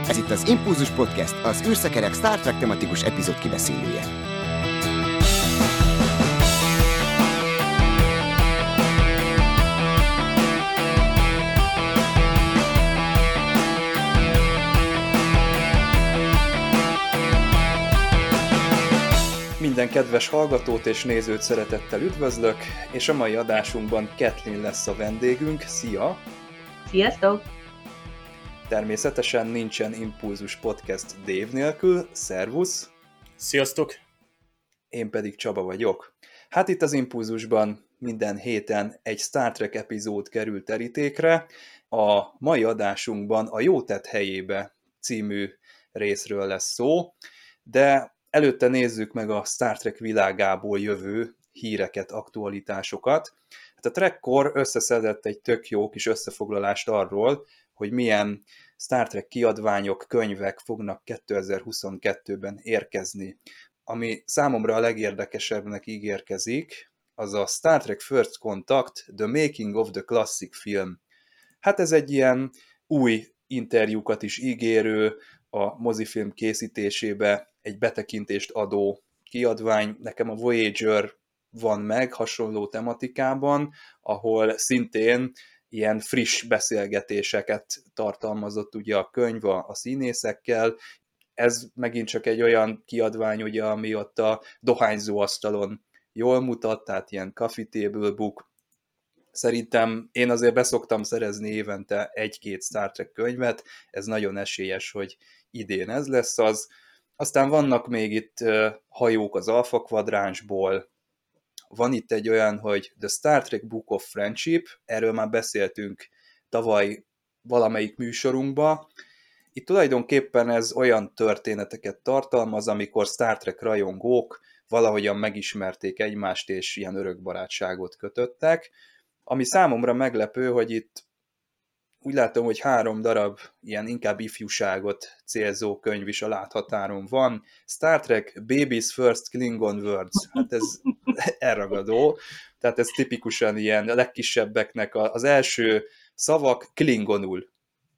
Ez itt az Impulzus Podcast, az űrszekerek Star Trek tematikus epizód kibeszélője. Minden kedves hallgatót és nézőt szeretettel üdvözlök, és a mai adásunkban Kathleen lesz a vendégünk. Szia! Sziasztok! Természetesen nincsen Impulzus Podcast Dave nélkül. Szervusz! Sziasztok! Én pedig Csaba vagyok. Hát itt az Impulzusban minden héten egy Star Trek epizód kerül terítékre. A mai adásunkban a Jó tett helyébe című részről lesz szó, de előtte nézzük meg a Star Trek világából jövő híreket, aktualitásokat. Hát a Trekkor összeszedett egy tök jó kis összefoglalást arról, hogy milyen Star Trek kiadványok, könyvek fognak 2022-ben érkezni. Ami számomra a legérdekesebbnek ígérkezik, az a Star Trek First Contact, The Making of the Classic Film. Hát ez egy ilyen új interjúkat is ígérő, a mozifilm készítésébe egy betekintést adó kiadvány. Nekem a Voyager van meg hasonló tematikában, ahol szintén ilyen friss beszélgetéseket tartalmazott ugye a könyv a színészekkel. Ez megint csak egy olyan kiadvány, ugye, ami ott a dohányzóasztalon jól mutat, tehát ilyen coffee table book. Szerintem én azért beszoktam szerezni évente egy-két Star Trek könyvet, ez nagyon esélyes, hogy idén ez lesz az. Aztán vannak még itt hajók az Alpha kvadránsból, van itt egy olyan, hogy The Star Trek Book of Friendship, erről már beszéltünk tavaly valamelyik műsorunkban. Itt tulajdonképpen ez olyan történeteket tartalmaz, amikor Star Trek rajongók valahogyan megismerték egymást, és ilyen örök barátságot kötöttek. Ami számomra meglepő, hogy itt úgy látom, hogy 3 darab ilyen inkább ifjúságot célzó könyv is a láthatáron van. Star Trek Baby's First Klingon Words. Hát ez elragadó. Tehát ez tipikusan ilyen a legkisebbeknek az első szavak klingonul.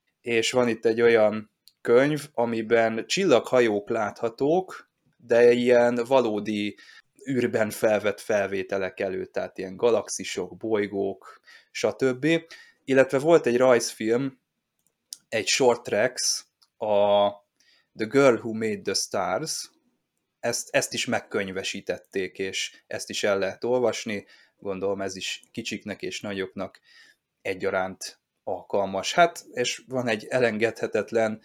És van itt egy olyan könyv, amiben csillaghajók láthatók, de ilyen valódi űrben felvett felvételek előtt, tehát ilyen galaxisok, bolygók, stb. Illetve volt egy rajzfilm, egy Short Tracks, a The Girl Who Made the Stars, ezt is megkönyvesítették, és ezt is el lehet olvasni, gondolom ez is kicsiknek és nagyoknak egyaránt alkalmas. Hát, és van egy elengedhetetlen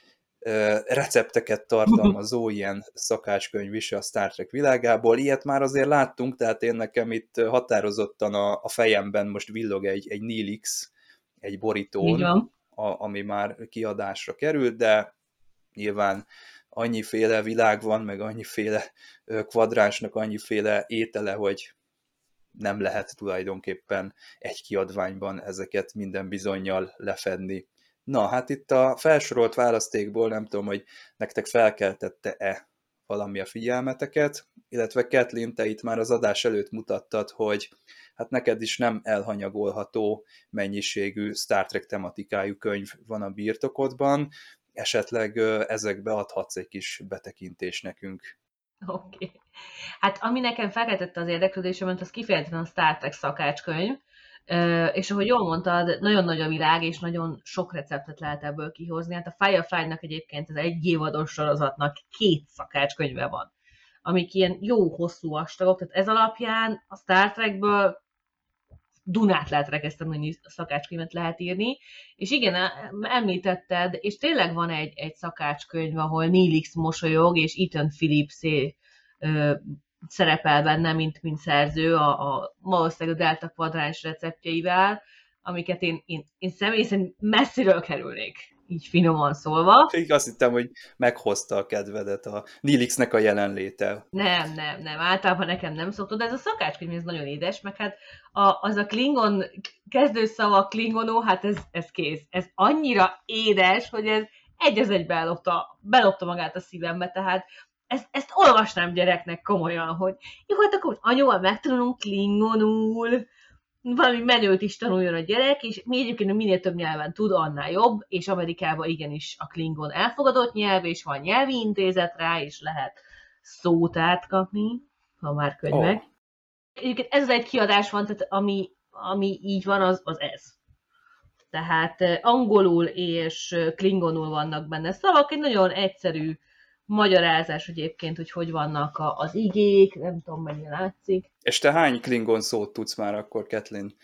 recepteket tartalmazó ilyen szakácskönyv is a Star Trek világából. Ilyet már azért láttunk, tehát én nekem itt határozottan a fejemben most villog egy Neelix, egy borítón, ami már kiadásra került, de nyilván annyiféle világ van, meg annyiféle kvadránsnak annyiféle étele, hogy nem lehet tulajdonképpen egy kiadványban ezeket minden bizonnyal lefedni. Na, hát itt a felsorolt választékból nem tudom, hogy nektek felkeltette-e valami a figyelmeteket, illetve Kathleen, te itt már az adás előtt mutattad, hogy hát neked is nem elhanyagolható mennyiségű Star Trek tematikájú könyv van a birtokodban, esetleg ezekbe adhatsz egy kis betekintést nekünk. Oké. Hát ami nekem felkeltette az érdeklődésemet, az kifejezetten a Star Trek szakácskönyv, és ahogy jól mondtad, nagyon nagy a világ, és nagyon sok receptet lehet ebből kihozni. Hát a Firefly-nak egyébként az egy évados sorozatnak 2 szakácskönyve van, amik ilyen jó hosszú vastagok, tehát ez alapján a Star Trekből Dunát lehet rekeszteni, hogy szakácskönyvet lehet írni, és igen, említetted, és tényleg van egy szakácskönyv, ahol Neelix mosolyog, és Ethan Phillips szerepel benne, mint szerző a valószínűleg a Delta kvadráns receptjeivel, amiket én személy szerint messziről kerülnék, így finoman szólva. Én azt hittem, hogy meghozta a kedvedet a Neelixnek a jelenléte. Nem, általában nekem nem szokott, de ez a szakácskönyv ez nagyon édes, meg hát az a klingon, kezdőszava klingonó, hát ez kész. Ez annyira édes, hogy ez egy az egybe belopta magát a szívembe, tehát ezt olvasnám gyereknek komolyan, hogy jó, hát akkor anyóval megtanulunk klingonul, valami menőt is tanuljon a gyerek, és mi egyébként minél több nyelven tud, annál jobb, és Amerikában igenis a Klingon elfogadott nyelv, és van nyelvi intézet rá, és lehet szótárt kapni, ha már könyvek. Egyébként ez egy kiadás van, tehát ami így van, az ez. Tehát angolul és klingonul vannak benne szavak, egy nagyon egyszerű magyarázás egyébként, hogy vannak az igék, nem tudom, mennyire látszik. És te hány klingon szót tudsz már akkor, Kathleen?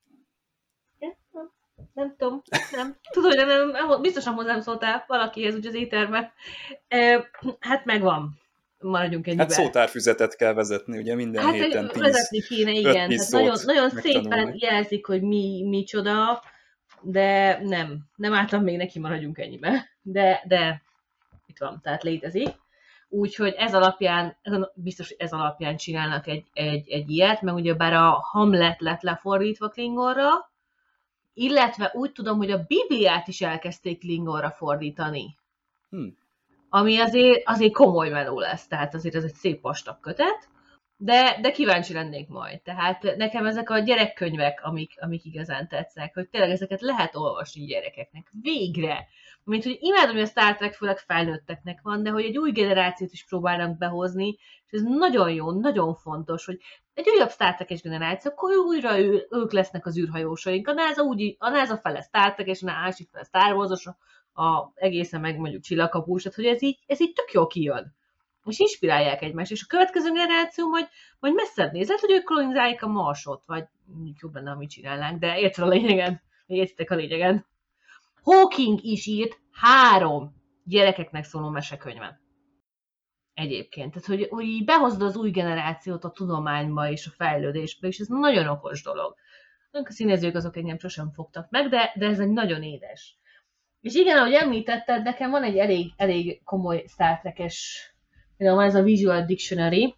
Nem tudom, nem. Tudod, hogy nem, biztosan hozzám szóltál valakihez úgy az étterben. Hát megvan. Maradjunk ennyiben. Hát szótárfüzetet kell vezetni, ugye minden héten 10. Vezetni kéne, igen. Hát nagyon szépen megtanulni. jelzik, hogy micsoda, de nem álltam még neki, maradjunk ennyiben. De itt van, tehát létezik. Úgyhogy ez alapján, biztos, hogy ez alapján csinálnak egy ilyet, mert ugyebár a Hamlet lett lefordítva klingonra, illetve úgy tudom, hogy a Bibliát is elkezdték klingonra fordítani. Ami azért komoly meló lesz, tehát azért ez egy szép vastag kötet, de kíváncsi lennék majd. Tehát nekem ezek a gyerekkönyvek, amik igazán tetszenek, hogy tényleg ezeket lehet olvasni gyerekeknek. Végre! Mint hogy imádom, hogy a Star Trek főleg felnőtteknek van, de hogy egy új generációt is próbálnak behozni, és ez nagyon jó, nagyon fontos, hogy egy újabb Star Trek-es generáció, akkor újra ők lesznek az űrhajósaink. A NASA fele Star Trek-es, a másik fele Star Wars-os, egészen meg mondjuk Csillagkapus, tehát hogy ez így tök jól kijön. És inspirálják egymást, és a következő generáció majd messzebb néz, hogy ők kolonizálják a Marsot, vagy mondjuk jobb lenne, amit csinálnánk, de érted a lényegen, értitek a lényegen. Hawking is írt 3 gyerekeknek szóló mesekönyvet. Egyébként. Tehát, hogy így behozd az új generációt a tudományba és a fejlődésbe, és ez nagyon okos dolog. A színezők azok engem sosem fogtak meg, de ez egy nagyon édes. És igen, ahogy említetted, nekem van egy elég komoly Star Trek-es, például van ez a Visual Dictionary.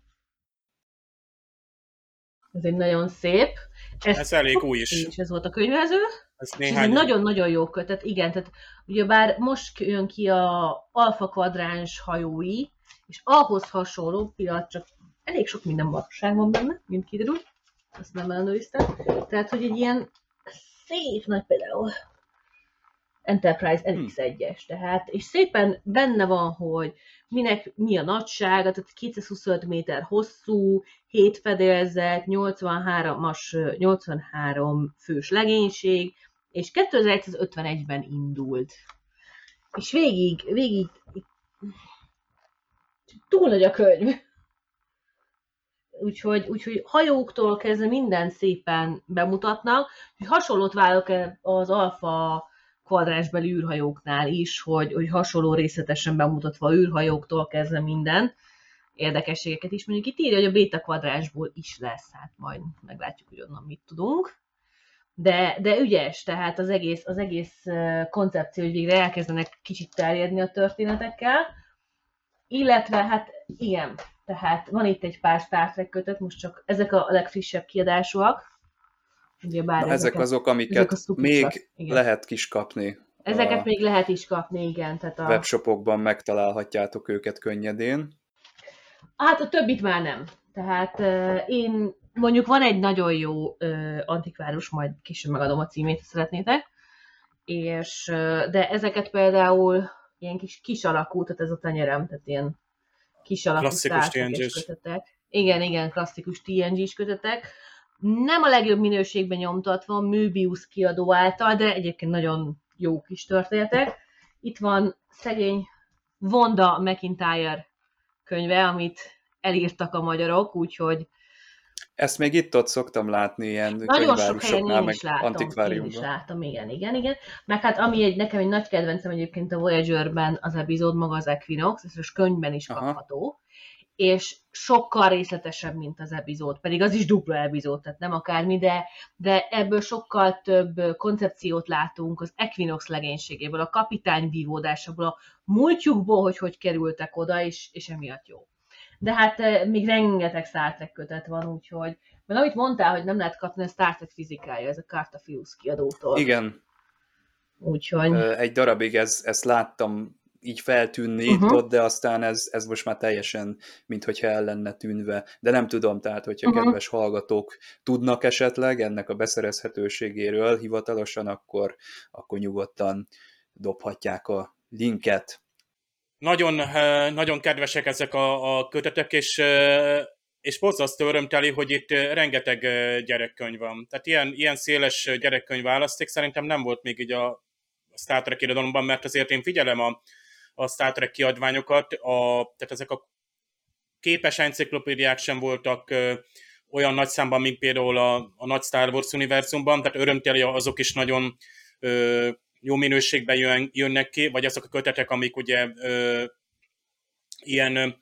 Ez egy nagyon szép. Ez elég új is. És ez volt a könyvező. Ez egy nagyon-nagyon jó kötet. Igen, tehát ugyebár most jön ki a Alpha Quadráns hajói, és ahhoz hasonló, pillanat, csak elég sok minden marhaság van benne, mint kiderült. Azt nem ellenőriztem. Tehát, hogy egy ilyen szép nagy például Enterprise NX1-es, tehát, és szépen benne van, hogy mi a nagysága, tehát 225 méter hosszú, 7 fedélzet, 83 fős legénység, és 2151-ben indult. És végig túl nagy a könyv. Úgyhogy hajóktól kezdve mindent szépen bemutatnak, hogy hasonlót válok az Alpha kvadránsbeli űrhajóknál is, hogy hasonló részletesen bemutatva űrhajóktól kezdve minden érdekességeket is. Mondjuk itt írja, hogy a béta kvadránsból is lesz, hát majd meglátjuk, hogy onnan mit tudunk. De ügyes, tehát az egész koncepció, hogy végre elkezdenek kicsit terjedni a történetekkel. Illetve, hát igen, tehát van itt egy pár Star Trek kötet, most csak ezek a legfrissebb kiadásúak. Ezek azok, amiket még lehet is kapni. Ezeket még lehet is kapni, igen. Tehát a webshopokban megtalálhatjátok őket könnyedén. Hát a többit már nem. Tehát én mondjuk van egy nagyon jó antikvárus, majd később megadom a címét, ha szeretnétek. De ezeket például ilyen kis alakú, tehát ez a tenyerem, tehát ilyen kis alakú klasszikus TNG-s kötetek. Igen, klasszikus TNG-s kötetek. Nem a legjobb minőségben nyomtatva, Möbius kiadó által, de egyébként nagyon jó kis történetek. Itt van szegény Wanda McIntyre könyve, amit elírtak a magyarok, úgyhogy ezt még itt-ott szoktam látni ilyen könyvárusoknál, meg antikváriumban. Én is láttam, igen. Meg hát nekem egy nagy kedvencem egyébként a Voyager-ben az epizód, maga az Equinox, ez most könyvben is kapható, és sokkal részletesebb, mint az epizód, pedig az is dupla epizód, tehát nem akármi, de ebből sokkal több koncepciót látunk az Equinox legénységéből, a kapitány vívódásából, a múltjukból, hogy kerültek oda, és emiatt jó. De hát még rengeteg Star Trek kötet van, úgyhogy... Mert amit mondtál, hogy nem lehet kapni a Star Trek fizikája, ez a Cartaphilus kiadótól. Igen. Úgyhogy... Egy darabig ezt láttam így feltűnni, de aztán ez most már teljesen, minthogyha el lenne tűnve. De nem tudom, tehát hogyha kedves hallgatók tudnak esetleg ennek a beszerezhetőségéről hivatalosan, akkor nyugodtan dobhatják a linket. Nagyon, nagyon kedvesek ezek a kötetek, és borzasztó örömteli, hogy itt rengeteg gyerekkönyv van. Tehát ilyen széles gyerekkönyv választék szerintem nem volt még így a Star Trek irodalomban, mert azért én figyelem a Star Trek kiadványokat, tehát ezek a képes enciklopédiák sem voltak olyan nagy számban, mint például a nagy Star Wars univerzumban, tehát örömteli azok is nagyon jó minőségben jönnek ki, vagy azok a kötetek, amik ugye ilyen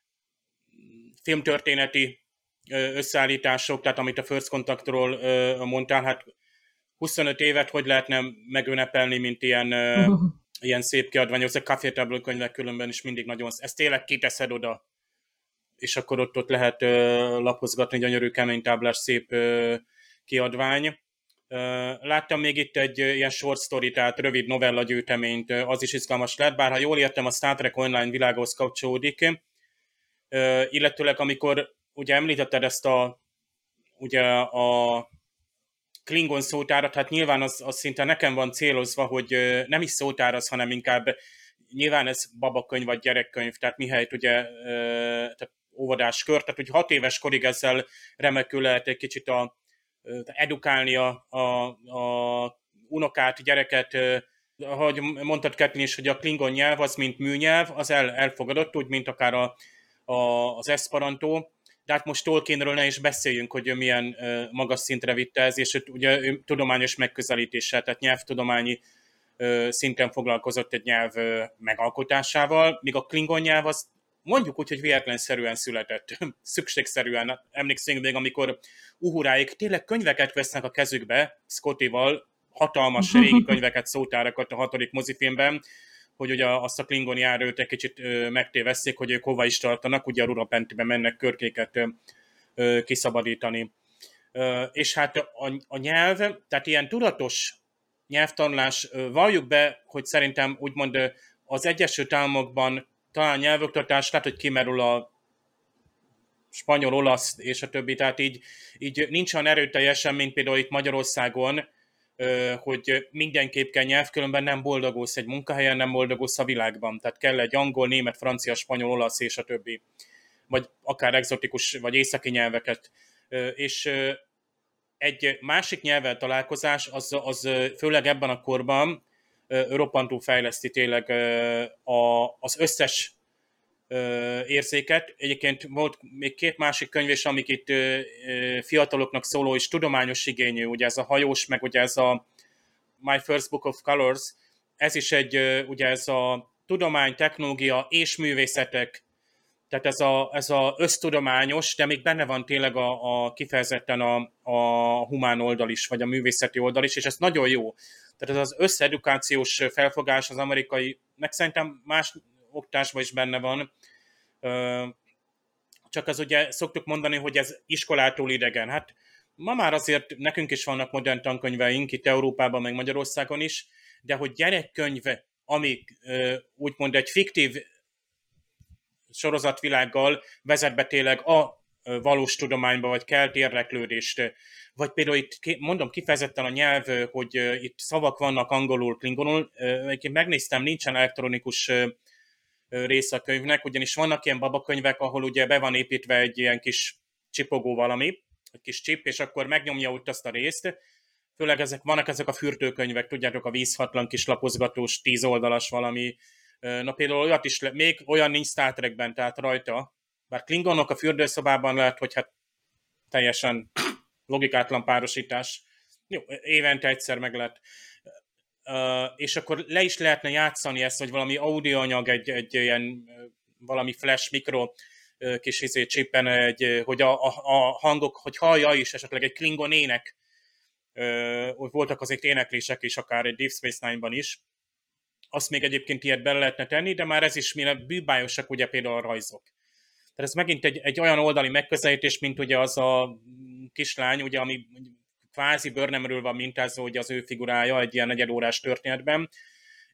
filmtörténeti összeállítások, tehát amit a First Contactról mondtál, hát 25 évet hogy lehetne megünnepelni, mint ilyen szép kiadvány, az a Café Table könyvek különben is mindig nagyon, ezt tényleg kiteszed oda, és akkor ott lehet lapozgatni, gyönyörű kemény táblás szép kiadvány. Láttam még itt egy ilyen short story, tehát rövid novella gyűjteményt, az is izgalmas lett, bár ha jól értem, a Star Trek Online világhoz kapcsolódik, illetőleg amikor ugye említetted ezt ugye a Klingon szótárat, hát nyilván az szinte nekem van célozva, hogy nem is szótár az, hanem inkább nyilván ez babakönyv vagy gyerekkönyv, tehát mihelyt ugye tehát óvodáskör, tehát hogy 6 éves korig ezzel remekül lehet egy kicsit edukálni a unokát, gyereket, ahogy mondtad Kathleen is, hogy a klingon nyelv az, mint műnyelv, az elfogadott, úgy, mint akár az eszperantó, de hát most Tolkienről ne is beszéljünk, hogy milyen magas szintre vitte ez, és ugye tudományos megközelítéssel, tehát nyelvtudományi szinten foglalkozott egy nyelv megalkotásával, míg a klingon nyelv az mondjuk úgy, hogy véletlenszerűen született, szükségszerűen. Emlékszünk még, amikor Uhuráik tényleg könyveket vesznek a kezükbe, Scottyval, hatalmas régi könyveket, szótárakat a 6. mozifilmben, hogy ugye azt a klingon járőt egy kicsit megtévesszék, hogy ők hova is tartanak, ugye a Rurapentibe mennek körkéket kiszabadítani. És hát a nyelv, tehát ilyen tudatos nyelvtanulás, valljuk be, hogy szerintem úgymond az Egyesült Államokban talán nyelvoktatás, lehet, hogy kimerül a spanyol, olasz és a többi, tehát így nincs olyan erőteljesen, mint például itt Magyarországon, hogy mindenképp kell nyelv, különben nem boldogulsz egy munkahelyen, nem boldogulsz a világban. Tehát kell egy angol, német, francia, spanyol, olasz és a többi. Vagy akár egzotikus, vagy északi nyelveket. És egy másik nyelvvel találkozás, az főleg ebben a korban roppantul fejleszti tényleg az összes érzéket. Egyébként volt még 2 másik könyv is, amik itt fiataloknak szóló és tudományos igényű, ugye ez a hajós, meg ugye ez a My First Book of Colors, ez is ugye ez a tudomány, technológia és művészetek, tehát ez a össztudományos, de még benne van tényleg kifejezetten a humán oldal is, vagy a művészeti oldal is, és ez nagyon jó. Tehát ez az összeedukációs felfogás az amerikai, meg szerintem más oktatásban is benne van, csak az ugye szoktuk mondani, hogy ez iskolától idegen. Hát ma már azért nekünk is vannak modern tankönyveink, itt Európában, meg Magyarországon is, de hogy gyerekkönyv, amik úgymond egy fiktív sorozatvilággal vezet be tényleg a valós tudományba, vagy kelt érdeklődést, vagy például itt mondom kifejezetten a nyelv, hogy itt szavak vannak angolul, klingonul, megnéztem, nincsen elektronikus része a könyvnek, ugyanis vannak ilyen babakönyvek, ahol ugye be van építve egy ilyen kis csipogó valami, egy kis csip, és akkor megnyomja ott azt a részt. Főleg vannak ezek a fürdőkönyvek, tudjátok, a vízhatlan kis lapozgatós, 10 oldalas valami. Na például olyat is, még olyan nincs Star Trekben, tehát rajta. Bár klingonok a fürdőszobában lehet, hogy hát teljesen logikátlan párosítás. Jó, évente egyszer meg lehet. És akkor le is lehetne játszani ezt, hogy valami audioanyag, egy ilyen valami flash mikro kis csippen, hogy a hangok, hogy hallja is esetleg egy klingon ének, voltak azért éneklések is, akár egy Deep Space Nine-ban is. Azt még egyébként ilyet bele lehetne tenni, de már ez is mire bűbájosak ugye például a rajzok. Tehát ez megint egy olyan oldali megközelítés, mint ugye az a kislány, ugye, ami kvázi Burnhamről van mintázva, ugye az ő figurája egy ilyen negyedórás történetben,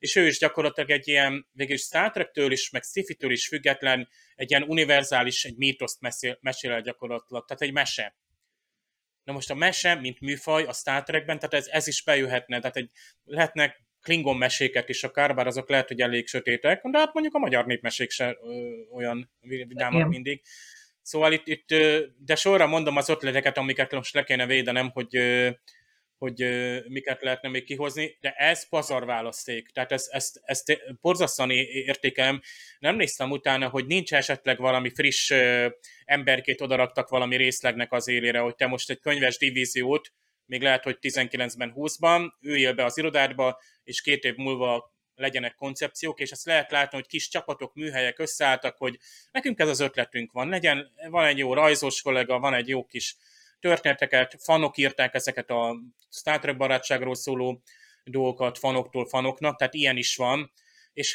és ő is gyakorlatilag egy ilyen, végül Star Trek-től is, meg sci-fi-től is független, egy ilyen univerzális, egy mítoszt mesél el gyakorlatilag, tehát egy mese. Na most a mese, mint műfaj a Star Trekben, tehát ez is bejöhetne, tehát lehetnek Klingon meséket is akár, bár azok lehet, hogy elég sötétek, de hát mondjuk a magyar népmesék se olyan vidámak mindig. Szóval itt, de sorra mondom az ötleteket, amiket most le kéne védenem, hogy miket lehetne még kihozni, de ez pazarválaszték. Tehát ezt borzasztóan értékelem. Nem néztem utána, hogy nincs esetleg valami friss emberkét odaraktak valami részlegnek az élére, hogy te most egy könyves divíziót, még lehet, hogy 19-ben, 20-ban üljél be az irodádba, és 2 év múlva legyenek koncepciók, és ezt lehet látni, hogy kis csapatok, műhelyek összeálltak, hogy nekünk ez az ötletünk van, van egy jó rajzos kollega, van egy jó kis történeteket, fanok írták ezeket a Star Trek barátságról szóló dolgokat fanoktól fanoknak, tehát ilyen is van, és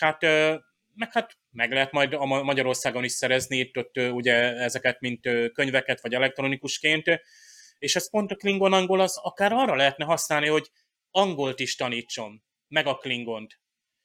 meg lehet majd a Magyarországon is szerezni itt ugye ezeket, mint könyveket, vagy elektronikusként, és ez pont a Klingon angol az akár arra lehetne használni, hogy angolt is tanítson, meg a Klingont.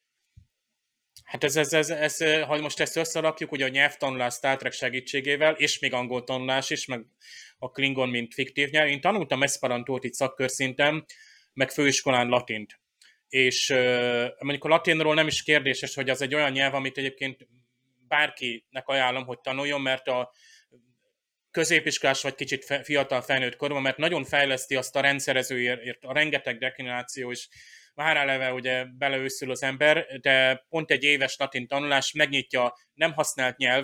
Hát ha most ezt összerakjuk, ugye a nyelvtanulás Star Trek segítségével, és még angol tanulás is, meg a Klingon, mint fiktív nyelv. Én tanultam eszperantót itt szakkőrszinten, meg főiskolán latint. És mondjuk a latinról nem is kérdéses, hogy az egy olyan nyelv, amit egyébként bárkinek ajánlom, hogy tanuljon, mert a középiskolás vagy kicsit fiatal felnőtt korban, mert nagyon fejleszti azt a rendszerezőért, a rengeteg deklináció is, már eleve ugye beleőszül az ember, de pont egy éves latin tanulás megnyitja nem használt nyelv,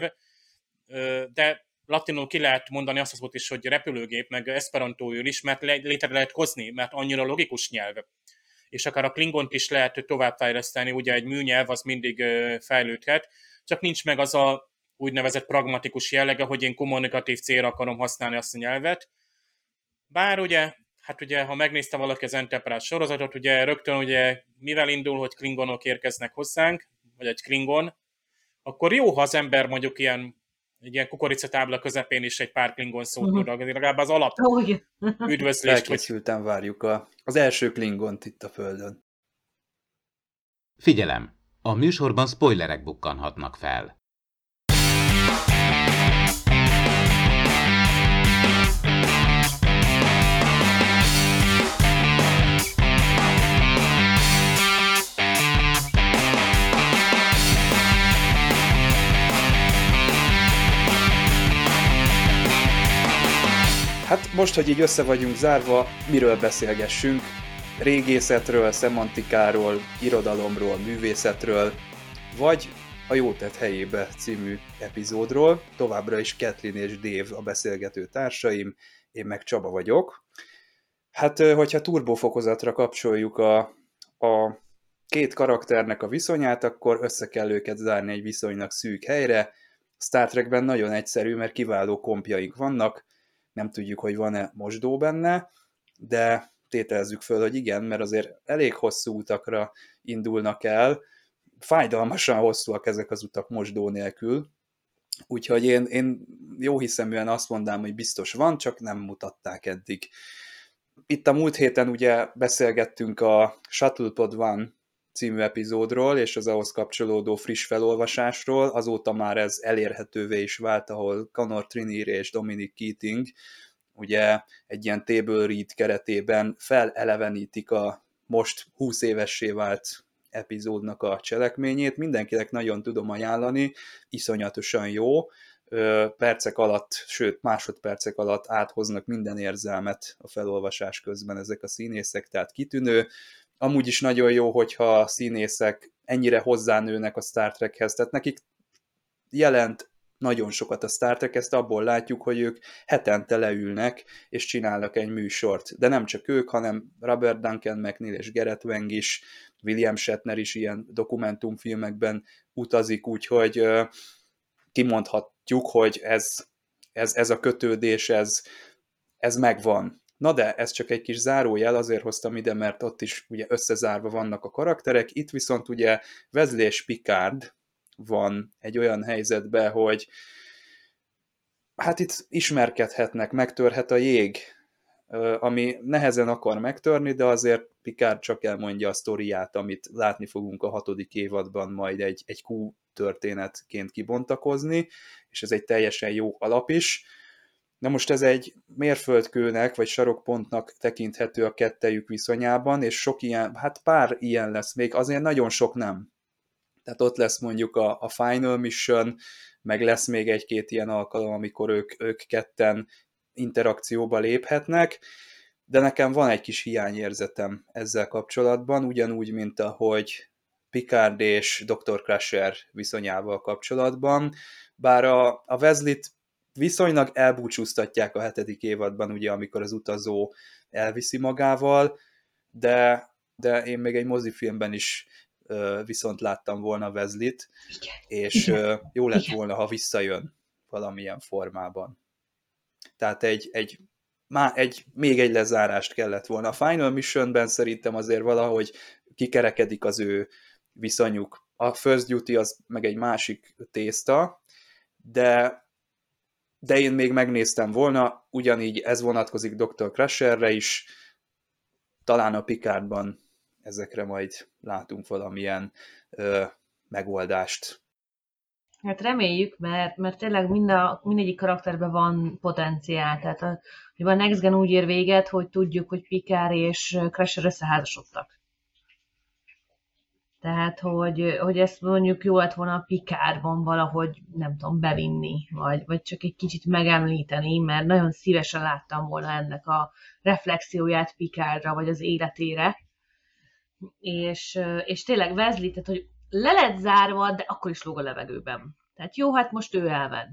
de latinul ki lehet mondani azt az volt is, hogy repülőgép, meg eszperantóül is, mert létre lehet hozni, mert annyira logikus nyelv. És akár a klingont is lehet továbbfejleszteni, ugye egy műnyelv az mindig fejlődhet, csak nincs meg az a úgynevezett pragmatikus jellege, hogy én kommunikatív célra akarom használni azt a nyelvet. Bár ugye, ha megnézte valaki az Enterprise sorozatot, ugye rögtön ugye mivel indul, hogy klingonok érkeznek hozzánk, vagy egy klingon, akkor jó, ha az ember mondjuk egy ilyen kukoricatábla közepén is egy pár klingon szót tud ragadni, legalább az alap üdvözlést. Felkészülten várjuk az első klingont itt a Földön. Figyelem! A műsorban spoilerek bukkanhatnak fel. Hát most, hogy így össze vagyunk zárva, miről beszélgessünk? Régészetről, szemantikáról, irodalomról, művészetről, vagy a Jó tett helyébe című epizódról. Továbbra is Kathleen és Dave a beszélgető társaim, én meg Csaba vagyok. Hát, hogyha turbófokozatra kapcsoljuk a 2 karakternek a viszonyát, akkor össze kell őket zárni egy viszonylag szűk helyre. Star Trekben nagyon egyszerű, mert kiváló kompjaink vannak, nem tudjuk, hogy van-e mosdó benne, de tételezzük föl, hogy igen, mert azért elég hosszú utakra indulnak el, fájdalmasan hosszúak ezek az utak mosdó nélkül, úgyhogy én jóhiszeműen azt mondanám, hogy biztos van, csak nem mutatták eddig. Itt a múlt héten ugye beszélgettünk a Shuttlepod One című epizódról, és az ahhoz kapcsolódó friss felolvasásról, azóta már ez elérhetővé is vált, ahol Connor Trinneer és Dominic Keating ugye egy ilyen table read keretében felelevenítik a most 20 évessé vált epizódnak a cselekményét. Mindenkinek nagyon tudom ajánlani, iszonyatosan jó, percek alatt, sőt másodpercek alatt áthoznak minden érzelmet a felolvasás közben ezek a színészek, tehát kitűnő. Amúgy is nagyon jó, hogyha a színészek ennyire hozzánőnek a Star Trekhez, tehát nekik jelent nagyon sokat a Star Trek, ezt abból látjuk, hogy ők hetente leülnek és csinálnak egy műsort. De nem csak ők, hanem Robert Duncan McNeill és Gareth Wang is, William Shatner is ilyen dokumentumfilmekben utazik, úgyhogy kimondhatjuk, hogy ez a kötődés, ez megvan. Na de ez csak egy kis zárójel, azért hoztam ide, mert ott is ugye összezárva vannak a karakterek, itt viszont ugye Wesley és Picard van egy olyan helyzetben, hogy hát itt ismerkedhetnek, megtörhet a jég, ami nehezen akar megtörni, de azért Picard csak elmondja a sztoriát, amit látni fogunk a 6. évadban majd egy Q történetként kibontakozni, és ez egy teljesen jó alap is. Na most ez egy mérföldkőnek, vagy sarokpontnak tekinthető a kettejük viszonyában, és sok ilyen, hát pár ilyen lesz még, azért nagyon sok nem. Tehát ott lesz mondjuk a Final Mission, meg lesz még egy-két ilyen alkalom, amikor ők ketten interakcióba léphetnek, de nekem van egy kis hiányérzetem ezzel kapcsolatban, ugyanúgy, mint ahogy Picard és Dr. Crusher viszonyával kapcsolatban, bár a Wesley-t viszonylag elbúcsúztatják a 7. évadban, ugye, amikor az utazó elviszi magával, de én még egy mozifilmben is viszont láttam volna Wesley-t, és jó lett volna, ha visszajön valamilyen formában. Tehát még egy lezárást kellett volna. A Final Missionben szerintem azért valahogy kikerekedik az ő viszonyuk. A First Duty az meg egy másik tészta, de én még megnéztem volna, ugyanígy ez vonatkozik Dr. Crusherre is, talán a Picardban ezekre majd látunk valamilyen megoldást. Hát reméljük, mert tényleg mindegyik karakterben van potenciál. Tehát a Next Gen úgy ér véget, hogy tudjuk, hogy Picard és Crusher összeházasodtak. Tehát, hogy ezt mondjuk jó lett volna a Picardban valahogy, nem tudom, bevinni, vagy csak egy kicsit megemlíteni, mert nagyon szívesen láttam volna ennek a reflexióját Picardra, vagy az életére. És tényleg Wesley, tehát, hogy le lett zárva, de akkor is lóg a levegőben. Tehát jó, hát most ő elment.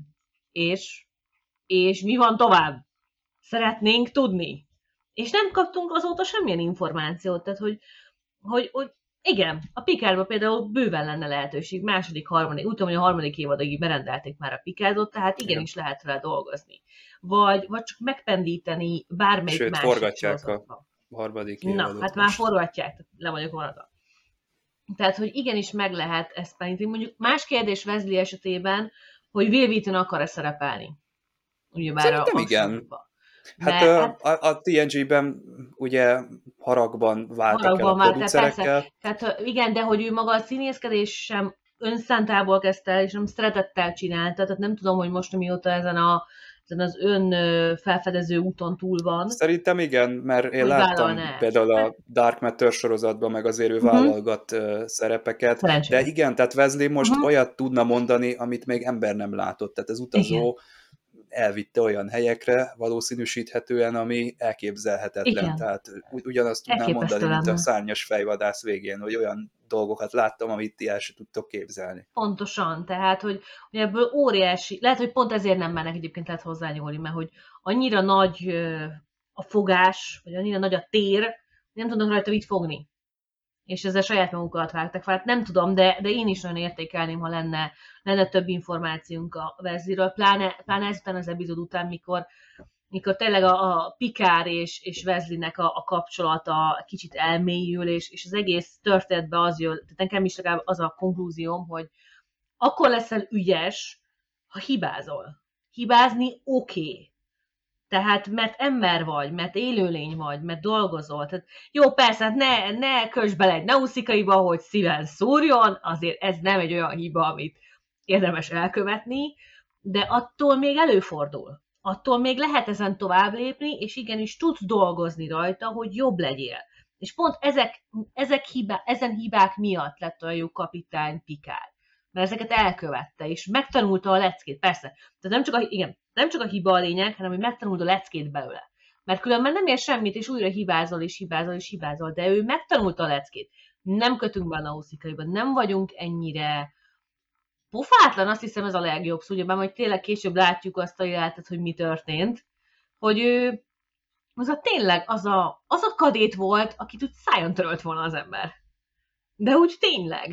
És mi van tovább? Szeretnénk tudni. És nem kaptunk azóta semmilyen információt, tehát, hogy igen, a Picardban például bőven lenne lehetőség, második, harmadik, úgy tudom, hogy a 3. évadig berendelték már a Picardot, tehát igenis lehet vele dolgozni. Vagy csak megpendíteni bármelyik sőt, másik forgatják sorozatban. A 3. évadot. Na, hát már forgatják, le vagyok vonatva. Tehát, hogy igenis meg lehet ezt pendíteni. Mondjuk más kérdés Wesley esetében, hogy Will Wheaton akar-e szerepelni. Ugyebár szerintem igen. Hát a TNG-ben ugye haragban váltak el a producerekkel. Tehát igen, de hogy ő maga a színészkedés sem önszántából kezdte el, és nem szeretettel csinálta. Tehát nem tudom, hogy most mióta ezen az ön felfedező úton túl van. Szerintem igen, mert én láttam például a Dark Matter sorozatban, meg azért ő vállalgat szerepeket. Szerencsére. De igen, tehát Wesley most olyat tudna mondani, amit még ember nem látott. Tehát az utazó elvitte olyan helyekre, valószínűsíthetően, ami elképzelhetetlen. Igen. Tehát ugyanazt tudnám mondani, mint a szárnyas fejvadász végén, hogy olyan dolgokat láttam, amit ti el se tudtok képzelni. Pontosan, tehát, hogy ebből óriási, lehet, hogy pont ezért nem mennek egyébként lehet hozzányúlni, mert hogy annyira nagy a fogás, vagy annyira nagy a tér, nem tudnak rajta mit fogni. És ezzel saját magukat vágtak fel. Hát nem tudom, de én is nagyon értékelném, ha lenne több információnk a Wesleyről, pláne ezután az epizód után, mikor tényleg a Picard és Wesleynek a kapcsolata kicsit elmélyül, és az egész történetben az jön, tehát nekem is legalább az a konklúzióm, hogy akkor leszel ügyes, ha hibázol. Hibázni oké. Tehát, mert ember vagy, mert élőlény vagy, mert dolgozol. Tehát, jó, persze, hát ne kösd bele egy nauszikaiba, hogy szíven szúrjon, azért ez nem egy olyan hiba, amit érdemes elkövetni, de attól még előfordul. Attól még lehet ezen tovább lépni, és igenis tudsz dolgozni rajta, hogy jobb legyél. És pont ezen hibák miatt lett olyan jó kapitány Picard. Mert ezeket elkövette, és megtanulta a leckét, persze. Tehát nem csak a hiba a lényeg, hanem hogy megtanult a leckét belőle. Mert különben nem ér semmit, és újra hibázol, de ő megtanulta a leckét. Nem kötünk be a nauszikaiba, nem vagyunk ennyire pofátlan, azt hiszem ez a legjobb szó, ugyebár majd tényleg később látjuk azt a jelenetet, hogy mi történt, hogy ő tényleg az a kadét volt, akit úgy szájon törölt volna az ember. De úgy tényleg.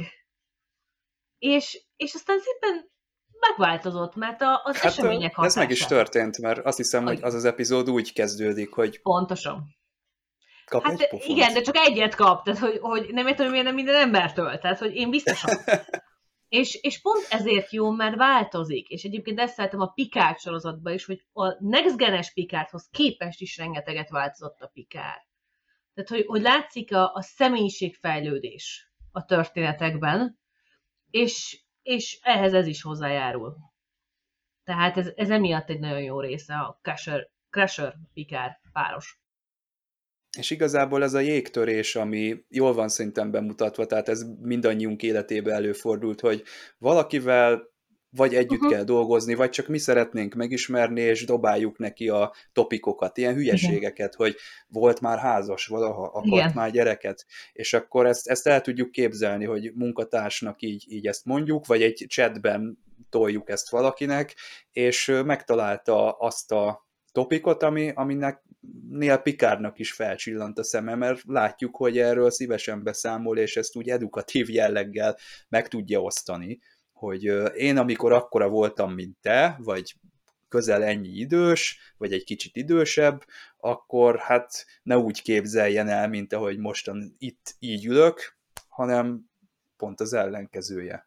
És aztán szépen megváltozott, mert az események hatása. Ez meg is történt, mert azt hiszem, hogy az epizód úgy kezdődik, hogy... Pontosan. Kap egy pofont. Igen, de csak egyet kap, tehát hogy nem értem, hogy miért nem minden embertől, tehát hogy én biztosan. És pont ezért jó, mert változik. És egyébként ezt szeretem a Picard sorozatban is, hogy a Next Gen-es Picardhoz képest is rengeteget változott a Picard. Tehát, hogy látszik a személyiségfejlődés a történetekben, és ehhez ez is hozzájárul. Tehát ez emiatt egy nagyon jó része a Crusher-Picard páros. És igazából ez a jégtörés, ami jól van szerintem bemutatva, tehát ez mindannyiunk életében előfordult, hogy valakivel vagy együtt kell dolgozni, vagy csak mi szeretnénk megismerni, és dobáljuk neki a topikokat, ilyen hülyeségeket, hogy volt már házas valaha, akart már gyereket, és akkor ezt el tudjuk képzelni, hogy munkatársnak így ezt mondjuk, vagy egy chatben toljuk ezt valakinek, és megtalálta azt a topikot, aminek Picardnak is felcsillant a szeme, mert látjuk, hogy erről szívesen beszámol, és ezt úgy edukatív jelleggel meg tudja osztani, hogy én amikor akkora voltam, mint te, vagy közel ennyi idős, vagy egy kicsit idősebb, akkor hát ne úgy képzeljen el, mint ahogy mostan itt így ülök, hanem pont az ellenkezője.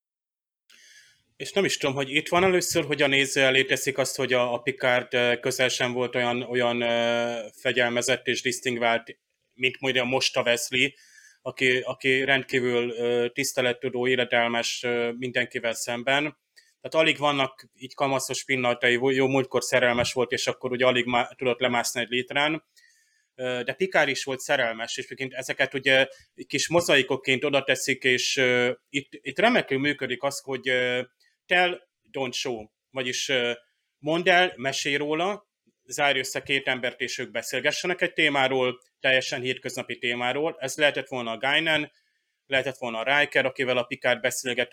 És nem is tudom, hogy itt van először, hogy a néző elé teszik azt, hogy a Picard közel sem volt olyan fegyelmezett és disztingvált, mint mondja most a Wesley, aki rendkívül tisztelettudó, életelmes mindenkivel szemben. Tehát alig vannak így kamaszos pillanatai, jó múltkor szerelmes volt, és akkor ugye alig tudott lemászni egy létrán. De Picard is volt szerelmes, és ezeket ugye kis mozaikokként oda teszik, és itt remekül működik az, hogy tell, don't show, vagyis mondd el, mesélj róla, zárj össze két embert, és ők beszélgessenek egy témáról, teljesen hétköznapi témáról. Ez lehetett volna a Guinan, lehetett volna a Riker, akivel a Picard beszélget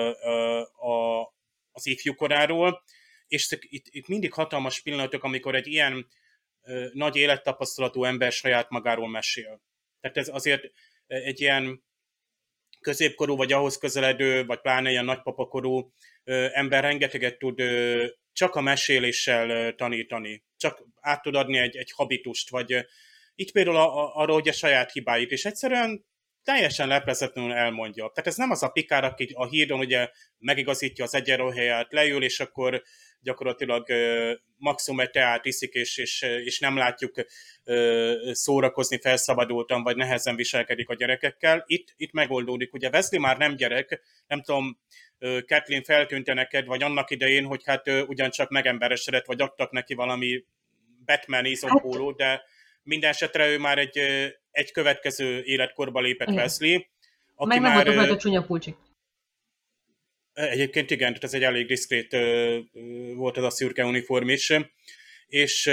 az ifjú koráról, és itt mindig hatalmas pillanatok, amikor egy ilyen nagy élettapasztalatú ember saját magáról mesél. Tehát ez azért egy ilyen középkorú, vagy ahhoz közeledő, vagy pláne ilyen nagypapakorú ember rengeteget tud csak a meséléssel tanítani. Csak át tud adni egy habitust, vagy itt például arról, hogy a saját hibáit, és egyszerűen teljesen leplezetlenül elmondja. Tehát ez nem az a Picard, aki a hídon ugye megigazítja az egyenruháját, leül, és akkor gyakorlatilag maximum egy teát iszik, és nem látjuk szórakozni felszabadultan, vagy nehezen viselkedik a gyerekekkel. Itt megoldódik. Ugye Wesley már nem gyerek, nem tudom, Kathleen feltűnte neked, vagy annak idején, hogy hát ugyancsak megemberesedett, vagy adtak neki valami Batman izompólót, de minden esetre ő már egy következő életkorba lépett Wesley. Meg már volt a csúnya pulcsik. Egyébként igen, tehát ez egy elég diszkrét volt ez a szürke uniform is, és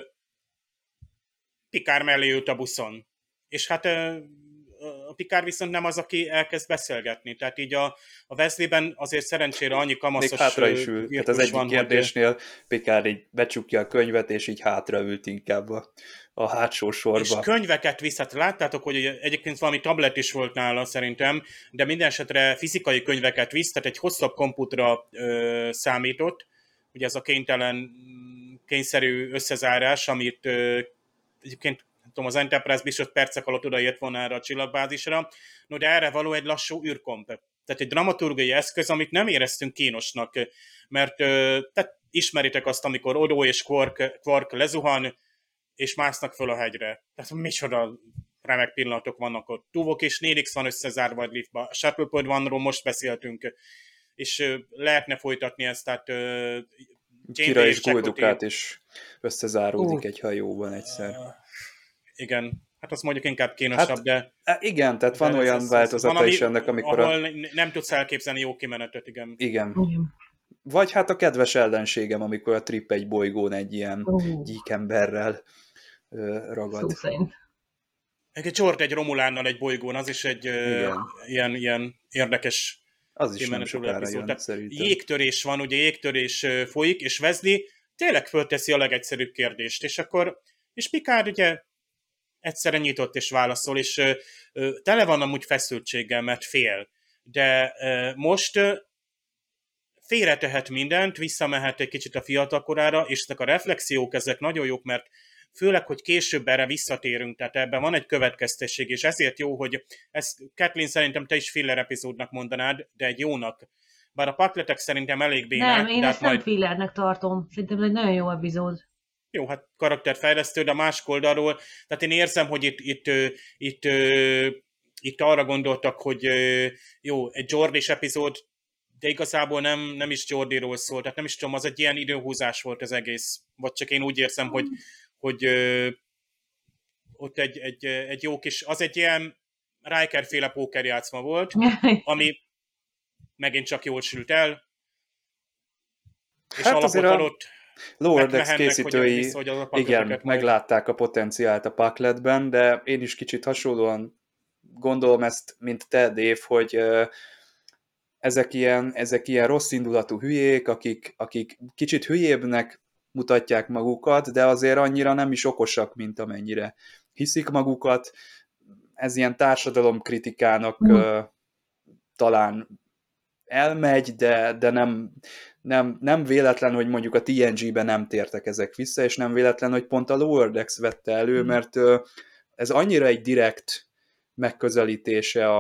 Picard mellé ült a buszon. És hát a Picard viszont nem az, aki elkezd beszélgetni. Tehát így a Wesleyben azért szerencsére annyi kamaszos... Még hátra is ült. Tehát az egyik kérdésnél Picard így becsukja a könyvet, és így hátra ült inkább a hátsó sorba. És könyveket visz, hát láttátok, hogy egyébként valami tablet is volt nála szerintem, de minden esetre fizikai könyveket visz, tehát egy hosszabb kompútra számított, ugye ez a kényszerű összezárás, amit egyébként az Enterprise biztos percek alatt odaért volna erre a csillagbázisra, no de erre való egy lassú űrkomp. Tehát egy dramaturgiai eszköz, amit nem éreztünk kínosnak, mert tehát ismeritek azt, amikor Odo és Quark lezuhan, és másznak föl a hegyre. Tehát micsoda remek pillanatok vannak ott. Tuvok és Nélix van összezárva a liftba. A Shuttlepod One-ról most beszéltünk, és lehetne folytatni ezt, tehát Kira és Guldukát is összezáródik egy hajóban egyszer. Igen, hát azt mondjuk inkább kínosabb, de... Igen, tehát van olyan változata is ennek, amikor... Ahol nem tudsz elképzelni jó kimenetet, igen. Igen. Vagy hát a kedves ellenségem, amikor a Trip egy bolygón egy ilyen gyíkemberrel ragad. Egy csort egy Romulánnal egy bolygón, az is egy ilyen érdekes az is nem sokára jön, szerintem. Jégtörés van, ugye jégtörés folyik, és Wesley tényleg fölteszi a legegyszerűbb kérdést, és Picard ugye egyszerre nyitott és válaszol, és tele van amúgy feszültséggel, mert fél. De most félretehet mindent, visszamehet egy kicsit a fiatal korára, és ezek a reflexiók, ezek nagyon jók, mert főleg, hogy később erre visszatérünk, tehát ebben van egy következtesség, és ezért jó, hogy ezt Kathleen szerintem te is filler epizódnak mondanád, de egy jónak. Bár a pakletek szerintem elég bénák. Nem, én ezt nem fillernek tartom. Szerintem ez egy nagyon jó epizód. Jó, hát karakterfejlesztő, de a másik oldalról, tehát én érzem, hogy itt arra gondoltak, hogy jó, egy Jordi-s epizód, de igazából nem is Jordiról szól, tehát nem is tudom, az egy ilyen időhúzás volt az egész, vagy csak én úgy érzem, hogy ott egy jó kis, az egy ilyen Riker-féle pókerjátszma volt, ami megint csak jól sült el, és hát azért a Lower Decks készítői igen, meglátták a potenciált a pakletben, de én is kicsit hasonlóan gondolom ezt, mint te, Dave, hogy ezek ilyen rossz indulatú hülyék, akik kicsit hülyébbnek mutatják magukat, de azért annyira nem is okosak, mint amennyire hiszik magukat. Ez ilyen társadalomkritikának talán elmegy, de nem véletlen, hogy mondjuk a TNG-ben nem tértek ezek vissza, és nem véletlen, hogy pont a Lower Decks vette elő, mert ez annyira egy direkt megközelítése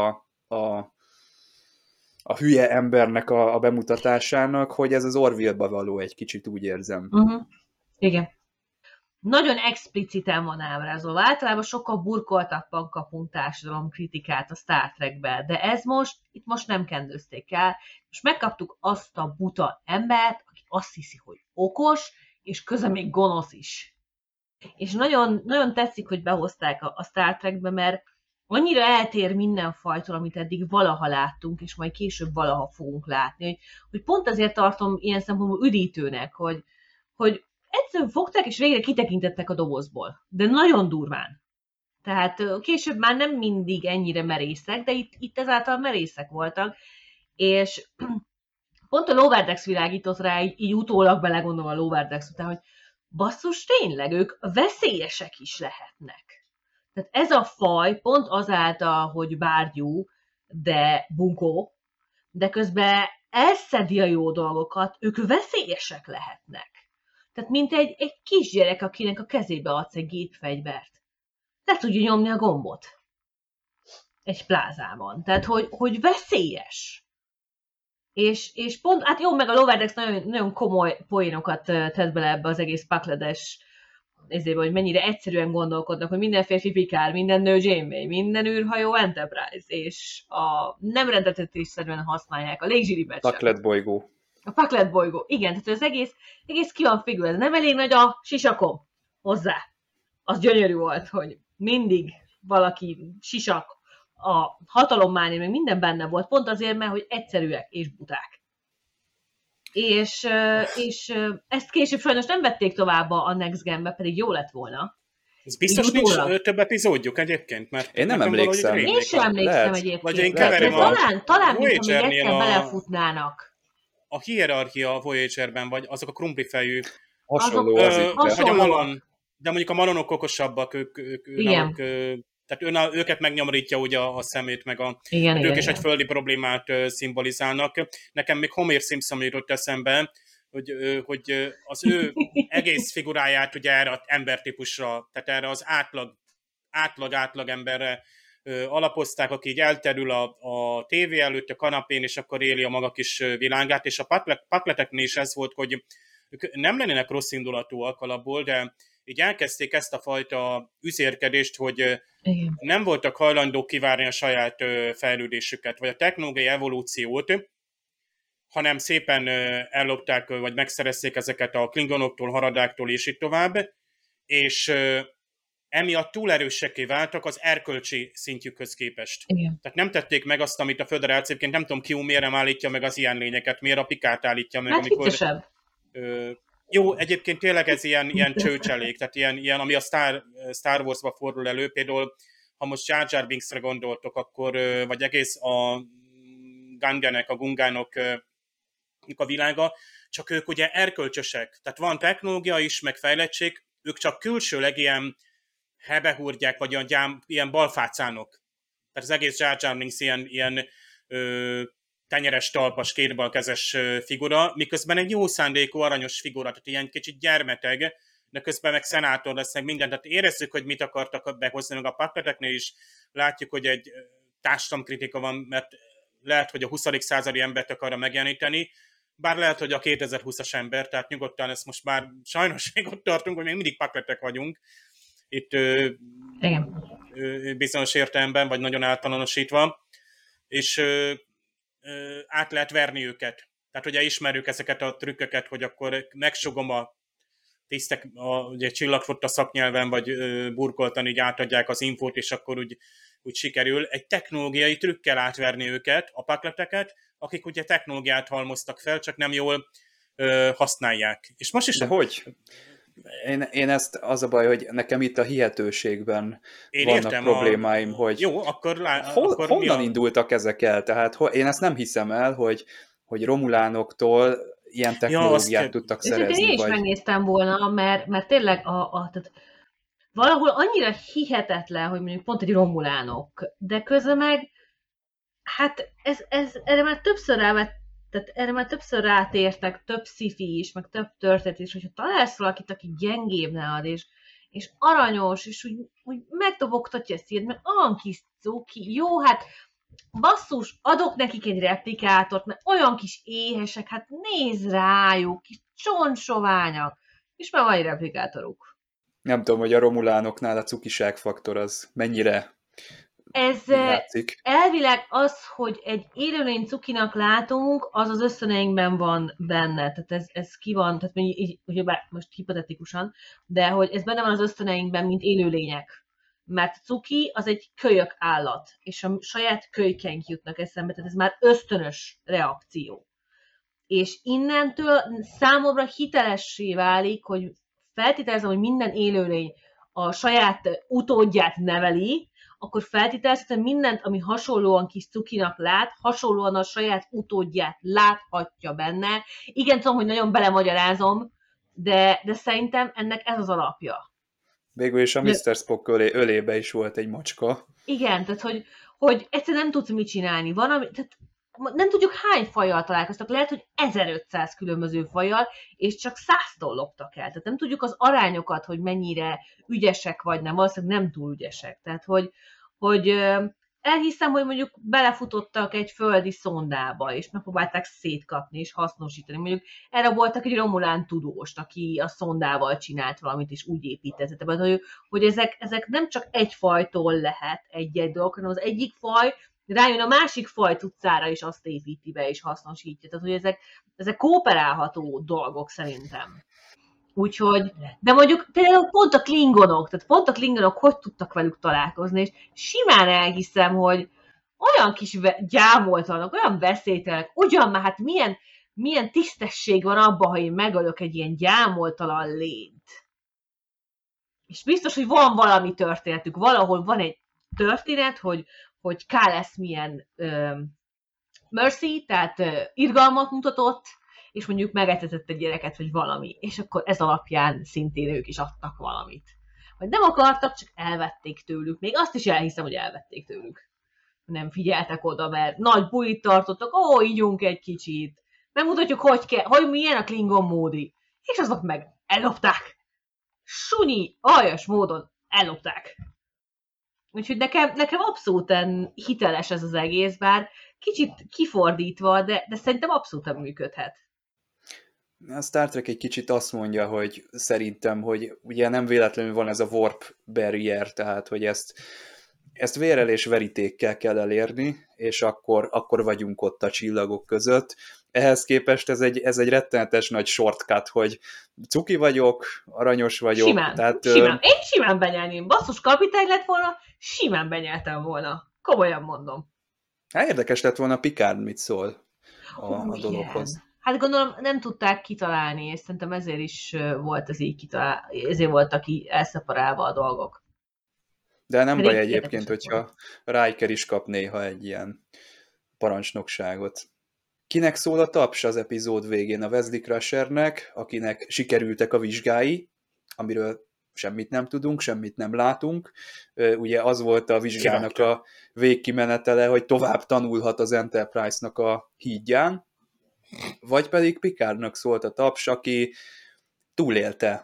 a hülye embernek a bemutatásának, hogy ez az Orville-ba való egy kicsit, úgy érzem. Igen. Nagyon expliciten van ábrázolva. Általában sokkal burkoltabban kapunk társadalomkritikát a Star Trekbe, de itt most nem kendőzték el. Most megkaptuk azt a buta embert, aki azt hiszi, hogy okos, és közben még gonosz is. És nagyon, nagyon tetszik, hogy behozták a Star Trekbe, mert annyira eltér minden fajtól, amit eddig valaha láttunk, és majd később valaha fogunk látni, hogy pont azért tartom ilyen szempontból üdítőnek, hogy egyszerűen fogták, és végre kitekintettek a dobozból. De nagyon durván. Tehát később már nem mindig ennyire merészek, de itt ezáltal merészek voltak, és pont a Lower Decks világított rá, így utólag belegondolva a Lower Decks után, hogy basszus, tényleg ők veszélyesek is lehetnek. Tehát ez a faj pont azáltal, hogy bárgyú, de bunkó, de közben elszedi a jó dolgokat, ők veszélyesek lehetnek. Tehát mint egy kisgyerek, akinek a kezébe adsz egy gépfegyvert. Le tudja nyomni a gombot. Egy plázában. Tehát, hogy veszélyes. És pont, hát jó, meg a Lower Decks nagyon, nagyon komoly poénokat tett bele ebbe az egész pakledes, ezért, hogy mennyire egyszerűen gondolkodnak, hogy minden férfi Picard, minden nő Janeway, minden űrhajó Enterprise, és a nem rendeltetésszerűen használják a légzsiribet sem. Paklet bolygó. A paklet bolygó. Igen, tehát az egész ki van figura. Nem elég nagy a sisakom hozzá. Az gyönyörű volt, hogy mindig valaki sisak, a hatalommánia, meg minden benne volt, pont azért, mert hogy egyszerűek és buták. És ezt később sajnos nem vették tovább a Next Gen-be, pedig jó lett volna. Ez biztos nincs több epizódjuk egyébként? Mert én nem emlékszem. Én sem emlékszem egyébként. Vagy én keverem talán mint még egyszer belefutnának. A hierarchia a Voyager-ben, vagy azok a krumplifejű. Hasonló az itt. Vagy a Malon, de mondjuk a Malonok okosabbak, tehát őket megnyomorítja ugye a szemét, meg ők is egy földi problémát szimbolizálnak. Nekem még Homer Simpson jutott eszembe, hogy az ő egész figuráját ugye erre az embertípusra, tehát erre az átlag emberre alapozták, aki így elterül a tévé előtt, a kanapén, és akkor éli a maga kis világát, és a pakleteknél is ez volt, hogy ők nem lennének rossz indulatúak alapból, de így elkezdték ezt a fajta üzérkedést, hogy nem voltak hajlandók kivárni a saját fejlődésüket, vagy a technológiai evolúciót, hanem szépen ellopták, vagy megszerezték ezeket a klingonoktól, haradáktól, és így tovább, és emiatt túl erősekké váltak az erkölcsi szintjükhöz képest. Igen. Tehát nem tették meg azt, amit a föderációként, nem tudom ki miért nem állítja meg az ilyen lényeket, miért a Pikát állítja meg, amikor... Jó, egyébként tényleg ez ilyen csőcselék, tehát ilyen ami a Star Wars-ba fordul elő, például ha most Jar Jar Binksre gondoltok, akkor, vagy egész a Gunganek, a Gungánok a világa, csak ők ugye erkölcsösek, tehát van technológia is, meg fejlettség, ők csak külsőleg ilyen hebehúrgyák, vagy ilyen balfácánok. Tehát az egész Jar Jar Binks ilyen tenyeres, talpas, kétbalkezes figura, miközben egy jó szándékú, aranyos figura, tehát ilyen kicsit gyermeteg, de közben meg szenátor lesz, meg mindent. Tehát érezzük, hogy mit akartak behozni, meg a pakleteknél is látjuk, hogy egy társadalomkritika van, mert lehet, hogy a 20. századi embert akarja megjeleníteni, bár lehet, hogy a 2020-as ember, tehát nyugodtan ezt most már sajnos még ott tartunk, hogy még mindig pakletek vagyunk. Itt bizonyos értelemben, vagy nagyon általánosítva, és át lehet verni őket. Tehát ugye ismerjük ezeket a trükköket, hogy akkor megsugom a tisztek, ugye csillagflotta szaknyelven, vagy burkoltan így átadják az infót, és akkor úgy sikerül egy technológiai trükkel átverni őket, a pakleteket, akik ugye technológiát halmoztak fel, csak nem jól használják. És most is... De hogy? Én ezt az a baj, hogy nekem itt a hihetőségben vannak problémáim, hogy jó, akkor honnan indultak ezek el? Tehát én ezt nem hiszem el, hogy romulánoktól ilyen technológiát tudtak szerezni. Én is megnéztem volna, mert tényleg tehát valahol annyira hihetetlen, hogy mondjuk pont egy romulánok, de közben meg hát erre már többször rátértek, több sci-fi is, meg több történet is, hogyha találsz valakit, aki gyengébb nálad, és aranyos, és úgy megdobogtatja a szíd, mert olyan kis cuki, jó, hát basszus, adok nekik egy replikátort, mert olyan kis éhesek, hát nézd rájuk, kis csontsoványak, és már van egy replikátoruk. Nem tudom, hogy a romulánoknál a cukiságfaktor az mennyire látszik. Elvileg az, hogy egy élőlény cukinak látunk, az az ösztöneinkben van benne. Tehát ez ki van, tehát ugyebár most hipotetikusan, de hogy ez benne van az ösztöneinkben, mint élőlények. Mert a cuki az egy kölyök állat, és a saját kölykeink jutnak eszembe, tehát ez már ösztönös reakció. És innentől számomra hitelessé válik, hogy feltételezem, hogy minden élőlény a saját utódját neveli, akkor feltételezhetem, hogy mindent, ami hasonlóan kis cukinak lát, hasonlóan a saját utódját láthatja benne. Igen, tudom, hogy nagyon belemagyarázom, de szerintem ennek ez az alapja. Végül is a Mr. Spock ölébe is volt egy macska. Igen, tehát hogy egyszerűen nem tudsz mit csinálni. Tehát nem tudjuk hány fajjal találkoztak, lehet, hogy 1500 különböző fajjal, és csak 100-tól loptak el. Tehát nem tudjuk az arányokat, hogy mennyire ügyesek vagy nem, valószínűleg nem túl ügyesek. Tehát, hogy elhiszem, hogy mondjuk belefutottak egy földi szondába, és megpróbálták szétkapni és hasznosítani. Mondjuk erre voltak egy romulán tudóst, aki a szondával csinált valamit, és úgy építette. Tehát, hogy ezek nem csak egy fajtól lehet egy dolog, hanem az egyik faj rájön a másik faj utcára, és azt építi be, és hasznosítja. Tehát, hogy ezek kooperálható dolgok szerintem. Úgyhogy, de mondjuk például pont a klingonok hogy tudtak velük találkozni, és simán elhiszem, hogy olyan kis gyámoltalanok, olyan veszélytelenek, ugyan már hát milyen tisztesség van abban, ha én megölök egy ilyen gyámoltalan lényt. És biztos, hogy van valami történetük, valahol van egy történet, hogy Kálesz milyen mercy, tehát irgalmat mutatott, és mondjuk megetetett egy gyereket, vagy valami, és akkor ez alapján szintén ők is adtak valamit. Vagy nem akartak, csak elvették tőlük. Még azt is elhiszem, hogy elvették tőlük. Nem figyeltek oda, mert nagy bulit tartottak, ígyunk egy kicsit, megmutatjuk, hogy milyen a Klingon módi. És azok meg ellopták. Sunyi, aljas módon ellopták. Úgyhogy nekem abszolút hiteles ez az egész, bár kicsit kifordítva, de szerintem abszolút működhet. A Star Trek egy kicsit azt mondja, hogy szerintem, hogy ugye nem véletlenül van ez a warp barrier, tehát hogy ezt vérrel és verítékkel kell elérni, és akkor vagyunk ott a csillagok között. Ehhez képest ez egy rettenetes nagy shortcut, hogy cuki vagyok, aranyos vagyok. Simán. Én simán benyelném. Basszus kapitány lett volna, simán benyeltem volna. Komolyan mondom. Hát érdekes lett volna Picard mit szól a dologhoz. Igen. Hát gondolom nem tudták kitalálni, és szerintem ezért is volt ez így kitalálva, ezért voltak elszeparálva a dolgok. De nem baj egyébként, hogyha Riker is kap néha egy ilyen parancsnokságot. Kinek szól a taps az epizód végén? A Wesley Crushernek, akinek sikerültek a vizsgái, amiről semmit nem tudunk, semmit nem látunk. Ugye az volt a vizsgának a végkimenetele, hogy tovább tanulhat az Enterprise-nak a hídján, vagy pedig Picardnak szólt a taps, aki túlélte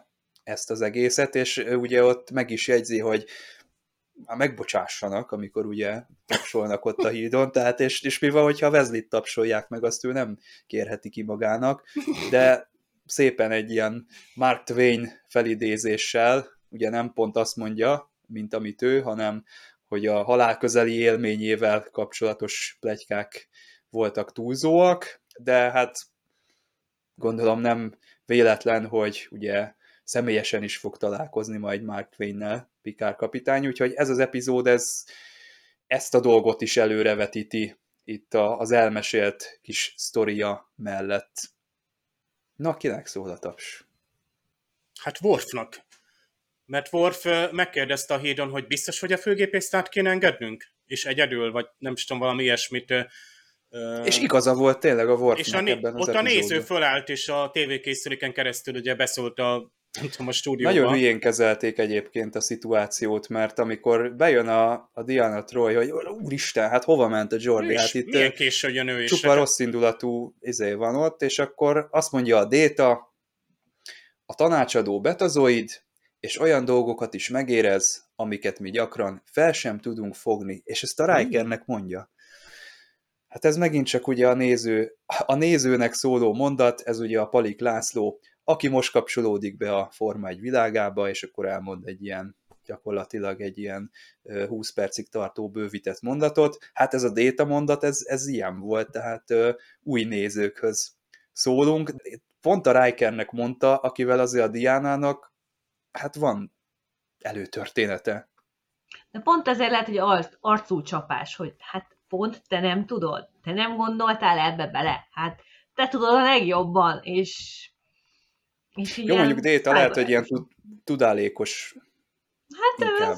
ezt az egészet, és ugye ott meg is jegyzi, hogy már megbocsássanak, amikor ugye tapsolnak ott a hídon, tehát és mi van, hogyha Wesley-t tapsolják meg, azt ő nem kérheti ki magának, de szépen egy ilyen Mark Twain felidézéssel, ugye nem pont azt mondja, mint amit ő, hanem hogy a halál közeli élményével kapcsolatos pletykák voltak túlzóak, de hát gondolom nem véletlen, hogy ugye személyesen is fog találkozni majd Mark Twain-nel Picard kapitány, úgyhogy ez az epizód ezt a dolgot is előrevetíti itt az elmesélt kis sztoria mellett. Na, kinek szól a taps? Hát Worfnak. Mert Worf megkérdezte a hídon, hogy biztos, hogy a főgépészt át kéne engednünk? És egyedül, vagy nem is tudom, valami ilyesmit. És igaza volt tényleg a Worfnak ebben az ott a néző epizódban. fölállt, és a tévékészüléken keresztül ugye beszólt a stúdióban. Nagyon hülyén kezelték egyébként a szituációt, mert amikor bejön a Diana Troy, hogy úristen, hát hova ment a Geordi? Hát itt milyen késő jön ő is. Csupa rossz indulatú van ott, és akkor azt mondja a Data, a tanácsadó betazoid, és olyan dolgokat is megérez, amiket mi gyakran fel sem tudunk fogni, és ezt a Rikernek mondja. Hát ez megint csak ugye a nézőnek szóló mondat, ez ugye a Palik László, aki most kapcsolódik be a Forma 1 világába, és akkor elmond egy ilyen, gyakorlatilag egy ilyen 20 percig tartó bővített mondatot. Hát ez a Data mondat, ez ilyen volt, tehát új nézőkhöz szólunk. Pont a Rikernek mondta, akivel azért a Diánának hát van előtörténete. De pont ezért lehet, hogy arcú csapás, hogy hát pont te nem tudod, te nem gondoltál ebbe bele, hát te tudod a legjobban, és jó, mondjuk Data lehet, hogy ilyen tudálékos hát inkább,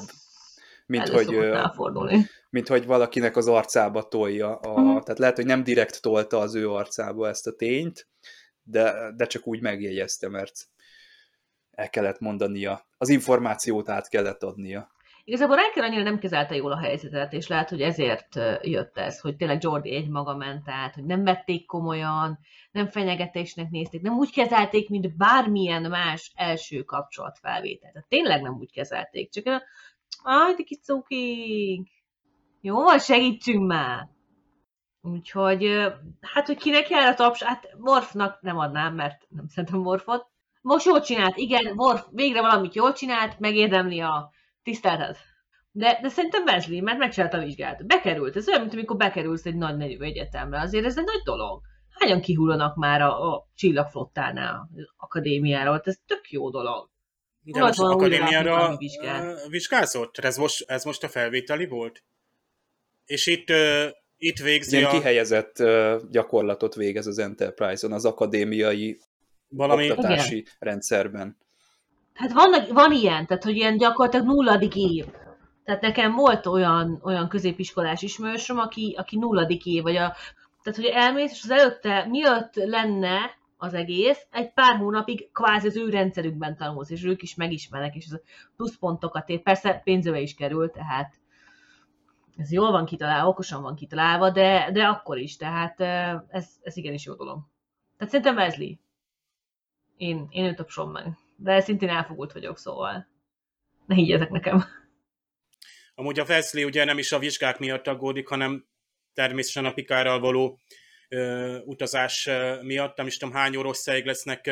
mint hogy valakinek az arcába tolja. Tehát lehet, hogy nem direkt tolta az ő arcába ezt a tényt, de csak úgy megjegyezte, mert el kellett mondania, az információt át kellett adnia. Igazából Riker annyira nem kezelte jól a helyzetet, és lehet, hogy ezért jött ez, hogy tényleg Geordi egymaga ment át, hogy nem vették komolyan, nem fenyegetésnek nézték, nem úgy kezelték, mint bármilyen más első kapcsolatfelvételt. Tehát tényleg nem úgy kezelték, csak de kicukik, jó, segítsünk már! Úgyhogy, hát, hogy kinek jár a taps, hát Worfnak nem adnám, mert nem szeretem Worfot. Most jól csinált, igen, Worf végre valamit jól csinált, megérdemli a tiszteletet. De szerintem Wesley, mert megcsinálta a vizsgát. Bekerült, ez olyan, mint amikor bekerülsz egy nagy nevű egyetemre, azért ez egy nagy dolog. Hányan kihullanak már a csillagflottánál, az akadémiáról, ez tök jó dolog. De most az akadémiára vizsgázott? Ez most a felvételi volt? És itt végzi ilyen kihelyezett gyakorlatot végez az Enterprise-on, az akadémiai oktatási rendszerben. Hát van ilyen, tehát hogy ilyen gyakorlatilag 0. év. Tehát nekem volt olyan középiskolás ismerősöm, aki 0. év, vagy tehát hogy elmész, és az előtte, mielőtt lenne az egész, egy pár hónapig kvázi az ő rendszerükben tanulsz, és ők is megismernek, és ez pluszpontokat ér. Persze pénzbe is kerül, tehát ez jól van kitalálva, okosan van kitalálva, de akkor is, tehát ez igenis jó dolog. Tehát szerintem Wesley. Én őt tapsolom meg. De szintén elfogult vagyok, szóval ne higgyetek nekem. Amúgy a Wesley ugye nem is a vizsgák miatt aggódik, hanem természetesen a Picardral való utazás miatt, nem is tudom hány órosszáig lesznek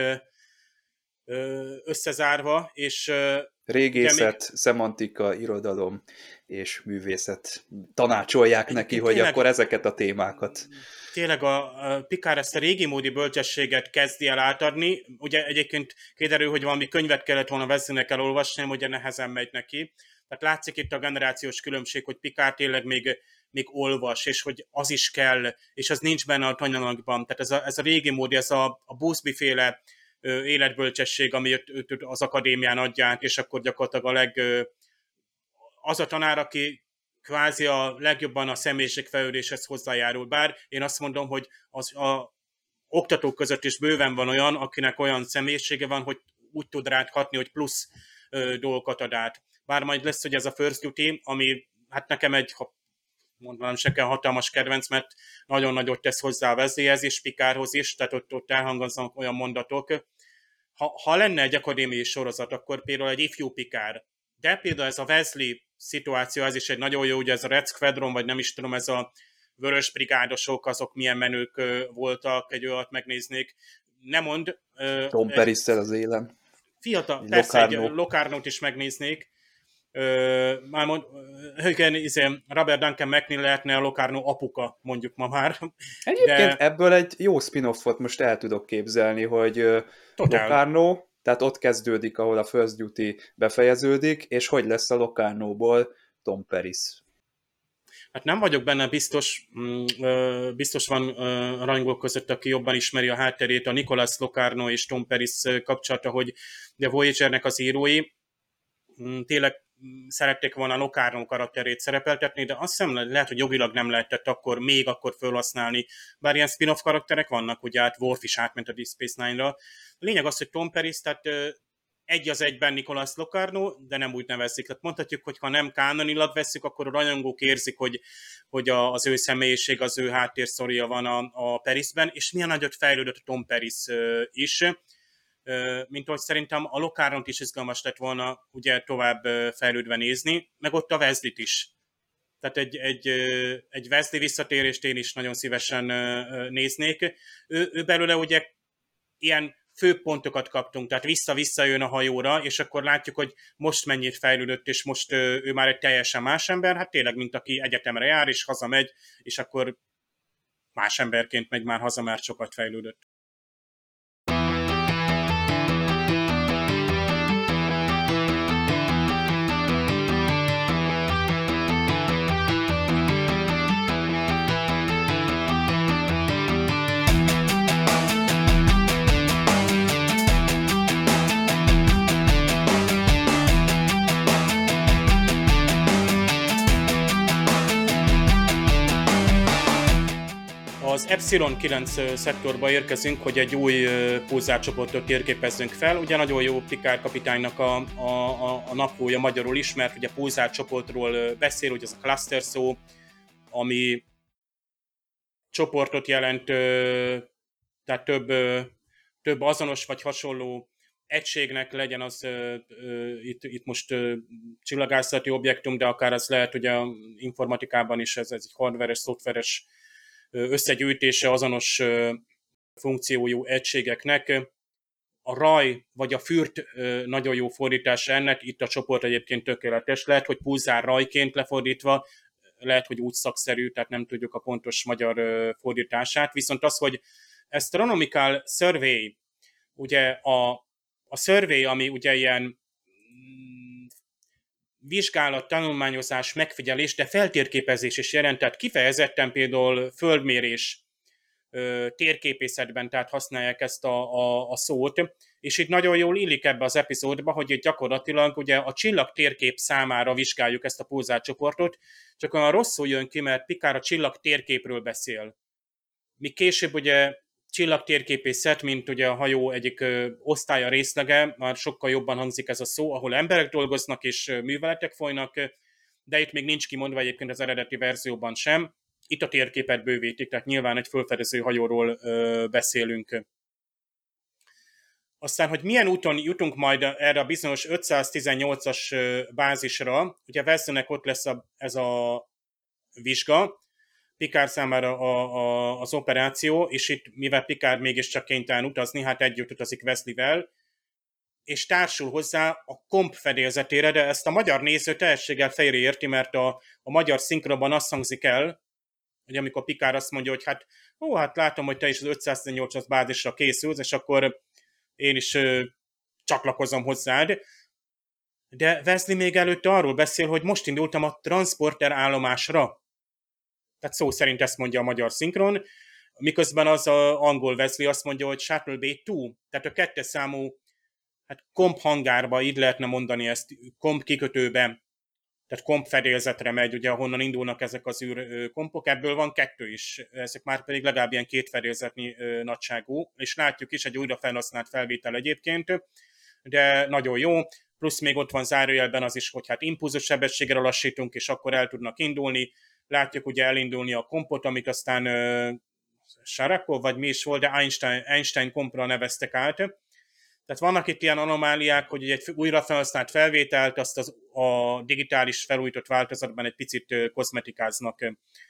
összezárva, és régészet, szemantika, irodalom és művészet tanácsolják neki, hogy tényleg, akkor ezeket a témákat. Tényleg a Picard ezt a régi módi bölcsességet kezdi el átadni. Ugye egyébként kiderül, hogy valami könyvet kellett volna Wesleynek elolvasni, ugye nehezen megy neki. Tehát látszik itt a generációs különbség, hogy Picard tényleg még olvas, és hogy az is kell, és az nincs benne a tanyagban. Tehát ez a régi módi, ez a Bowlesby-féle életbölcsesség, ami az akadémián adják, és akkor gyakorlatilag az a tanár, aki kvázi a legjobban a személyiségfejlődéshez hozzájárul. Bár én azt mondom, hogy az oktatók között is bőven van olyan, akinek olyan személyisége van, hogy úgy tud rád hatni, hogy plusz dolgokat ad át. Bár majd lesz, hogy ez a First Duty, ami hát nekem mondanám se kell hatalmas kedvenc, mert nagyon nagyot tesz hozzá a Wesleyhez és Picardhoz is, tehát ott elhangoznak olyan mondatok, ha lenne egy akadémiai sorozat, akkor például egy ifjú Picard, de például ez a Wesley szituáció, ez is egy nagyon jó, ugye ez a Red Squadron, vagy nem is tudom, ez a vörös brigádosok, azok milyen menők voltak, egy olyat megnéznék. Nem mond. Tom Paris-szel az élem. Fiatal, persze, egy Locarnót is megnéznék. Már igen, Robert Duncan McNeil lehetne a Locarno apuka, mondjuk ma már. Egyébként ebből egy jó spin-offot most el tudok képzelni, hogy Locarno, tehát ott kezdődik, ahol a First Duty befejeződik, és hogy lesz a Locarnóból Tom Paris. Hát nem vagyok benne biztos van rajongók között, aki jobban ismeri a hátterét, a Nicolas Locarno és Tom Paris kapcsolata, hogy a Voyagernek az írói tényleg szerették volna Locarno karakterét szerepeltetni, de azt hiszem lehet, hogy jogilag nem lehetett akkor felhasználni, bár ilyen spin-off karakterek vannak, ugye hát Worf is átment a Deep Space Nine-ra. A lényeg az, hogy Tom Paris, tehát egy az egyben Nicolas Locarno, de nem úgy nevezik. Tehát mondhatjuk, hogy ha nem kánonilag vesszük, akkor a rajongók érzik, hogy az ő személyiség, az ő háttérsztoria van a Parisben, és milyen nagyot fejlődött a Tom Paris is, mint ahogy szerintem a Locarnót is izgalmas lett volna ugye tovább fejlődve nézni, meg ott a Wesley-t is. Tehát egy Wesley visszatérést én is nagyon szívesen néznék. Ő belőle ugye ilyen fő pontokat kaptunk, tehát vissza-vissza jön a hajóra, és akkor látjuk, hogy most mennyit fejlődött, és most ő már egy teljesen más ember, hát tényleg, mint aki egyetemre jár, és hazamegy, és akkor más emberként megy már haza, már sokat fejlődött. Az Epsilon 9 szektorba érkezünk, hogy egy új pulzárcsoportot térképezzünk fel. Ugye nagyon jó Picard kapitánynak a naplója magyarul ismert, ugye pulzárcsoportról beszél, hogy ez a cluster szó, ami csoportot jelent, tehát több azonos vagy hasonló egységnek legyen az itt most csillagászati objektum, de akár az lehet, hogy a informatikában is ez egy hardveres, szoftveres összegyűjtése azonos funkciójú egységeknek. A raj vagy a fürt nagyon jó fordítása ennek, itt a csoport egyébként tökéletes, lehet, hogy pulzár rajként lefordítva, lehet, hogy úgy szakszerű, tehát nem tudjuk a pontos magyar fordítását, viszont az, hogy Astronomical Survey, ugye a survey, ami ugye ilyen vizsgálat, tanulmányozás, megfigyelés, de feltérképezés is jelent, tehát kifejezetten például földmérés térképészetben, tehát használják ezt a szót, és itt nagyon jól illik ebbe az epizódba, hogy itt gyakorlatilag ugye a csillag térkép számára vizsgáljuk ezt a pulzárcsoportot, csak olyan rosszul jön ki, mert Picard a csillag térképről beszél. Míg később ugye csillagtérképészet, mint ugye a hajó egyik osztálya részlege, már sokkal jobban hangzik ez a szó, ahol emberek dolgoznak és műveletek folynak, de itt még nincs kimondva egyébként az eredeti verzióban sem. Itt a térképet bővítik, tehát nyilván egy fölfedező hajóról beszélünk. Aztán, hogy milyen úton jutunk majd erre a bizonyos 518-as bázisra, ugye Wesleynek ott lesz ez a vizsga, Picard számára az operáció, és itt, mivel Picard mégiscsak kénytelen utazni, hát együtt utazik Wesleyvel, és társul hozzá a komp fedélzetére, de ezt a magyar néző teljességgel fejre érti, mert a magyar szinkronban azt hangzik el, hogy amikor Picard azt mondja, hogy hát látom, hogy te is az 518-as bázisra készülsz, és akkor én is csatlakozom hozzád. De Wesley még előtte arról beszél, hogy most indultam a transporter állomásra. Tehát szó szerint ezt mondja a magyar szinkron, miközben az angol Wesley azt mondja, hogy Shuttle Bay 2, tehát a 2 számú komp hangárba, így lehetne mondani ezt, komp kikötőbe, tehát komp fedélzetre megy, ugye ahonnan indulnak ezek az űrkompok, ebből van 2 is, ezek már pedig legalább ilyen 2 fedélzetnyi nagyságú, és látjuk is egy újra felhasznált felvétel egyébként, de nagyon jó, plusz még ott van zárójelben az is, hogy impulzus sebességgel lassítunk, és akkor el tudnak indulni, látjuk ugye elindulni a kompot, amit aztán Sarakov, vagy mi is volt, de Einstein kompra neveztek át. Tehát vannak itt ilyen anomáliák, hogy egy újra felhasznált felvételt, azt a digitális felújított változatban egy picit kozmetikáznak.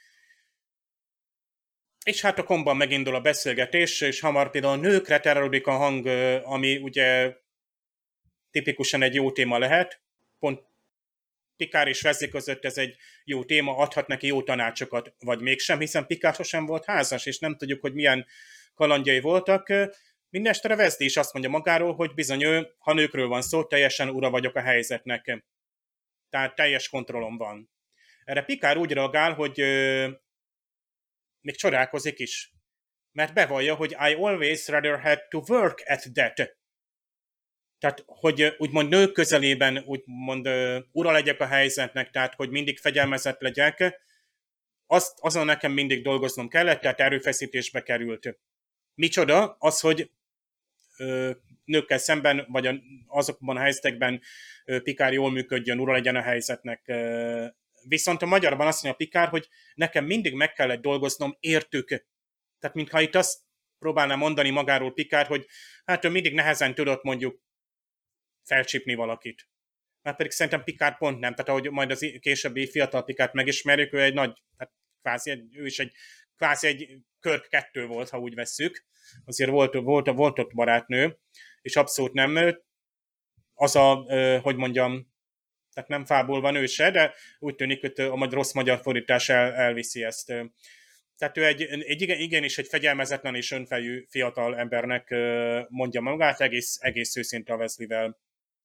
És hát a komban megindul a beszélgetés, és hamar például a nőkre terelődik a hang, ami ugye tipikusan egy jó téma lehet. Pont Picard és Wesley között ez egy jó téma, adhat neki jó tanácsokat, vagy mégsem, hiszen Picard sosem volt házas, és nem tudjuk, hogy milyen kalandjai voltak. Mindenestre Wesley is azt mondja magáról, hogy bizony ő, ha nőkről van szó, teljesen ura vagyok a helyzetnek. Tehát teljes kontrollom van. Erre Picard úgy reagál, hogy még csodálkozik is. Mert bevallja, hogy I always rather had to work at that. Tehát, hogy úgymond nők közelében úgymond ura legyek a helyzetnek, tehát, hogy mindig fegyelmezett legyek, azon nekem mindig dolgoznom kellett, tehát erőfeszítésbe került. Micsoda? Az, hogy nőkkel szemben, vagy azokban a helyzetekben Picard jól működjön, ura legyen a helyzetnek. Viszont a magyarban azt mondja Picard, hogy nekem mindig meg kellett dolgoznom értük. Tehát mintha itt azt próbálná mondani magáról Picard, hogy hát ő mindig nehezen tudott mondjuk felcsípni valakit. Mert pedig szerintem Picard pont nem. Tehát ahogy majd az későbbi fiatal Picard megismerjük, ő egy nagy, hát ő is kvázi egy Kirk 2 volt, ha úgy vesszük. Azért volt ott barátnő, és abszolút nem hogy mondjam, tehát nem fából van ő se, de úgy tűnik, hogy a rossz magyar fordítás elviszi ezt. Tehát ő igenis egy fegyelmezetlen és önfejű fiatal embernek mondja magát, egész őszinte a Wesley-vel.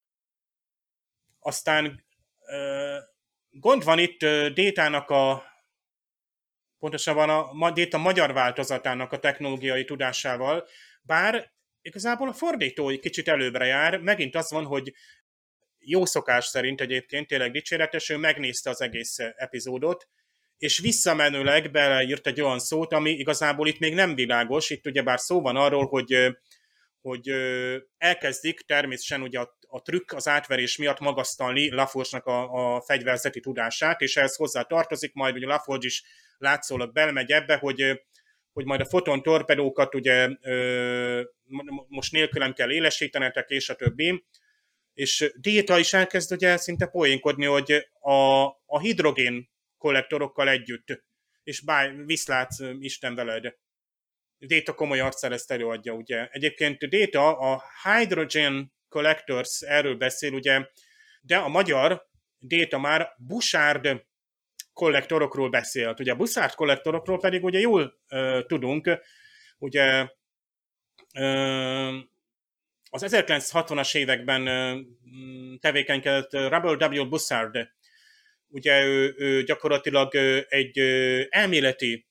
Aztán gond van itt Détának pontosabban a Déta magyar változatának a technológiai tudásával, bár igazából a fordítói kicsit előbbre jár, megint az van, hogy jó szokás szerint egyébként, tényleg dicséretes, ő megnézte az egész epizódot, és visszamenőleg beleírt egy olyan szót, ami igazából itt még nem világos, itt ugyebár szó van arról, hogy elkezdik természetesen ugye a trükk az átverés miatt magasztalni LaForge-nak a fegyverzeti tudását, és ehhez hozzá tartozik, majd ugye LaForge is látszólag belemegy ebbe, hogy majd a foton torpedókat ugye most nélkülem kell élesítenetek, és a többi. És Déta is elkezd ugye szinte poénkodni, hogy a hidrogén kollektorokkal együtt, és viszlát Isten veled. Déta komoly arccal ezt előadja, ugye. Egyébként Déta a Hydrogen Collectors erről beszél, ugye, de a magyar Déta már Bussard kollektorokról beszélt. Ugye a Bussard kollektorokról pedig ugye jól tudunk, ugye az 1960-as években tevékenykedett Robert W. Bussard, ugye ő gyakorlatilag egy elméleti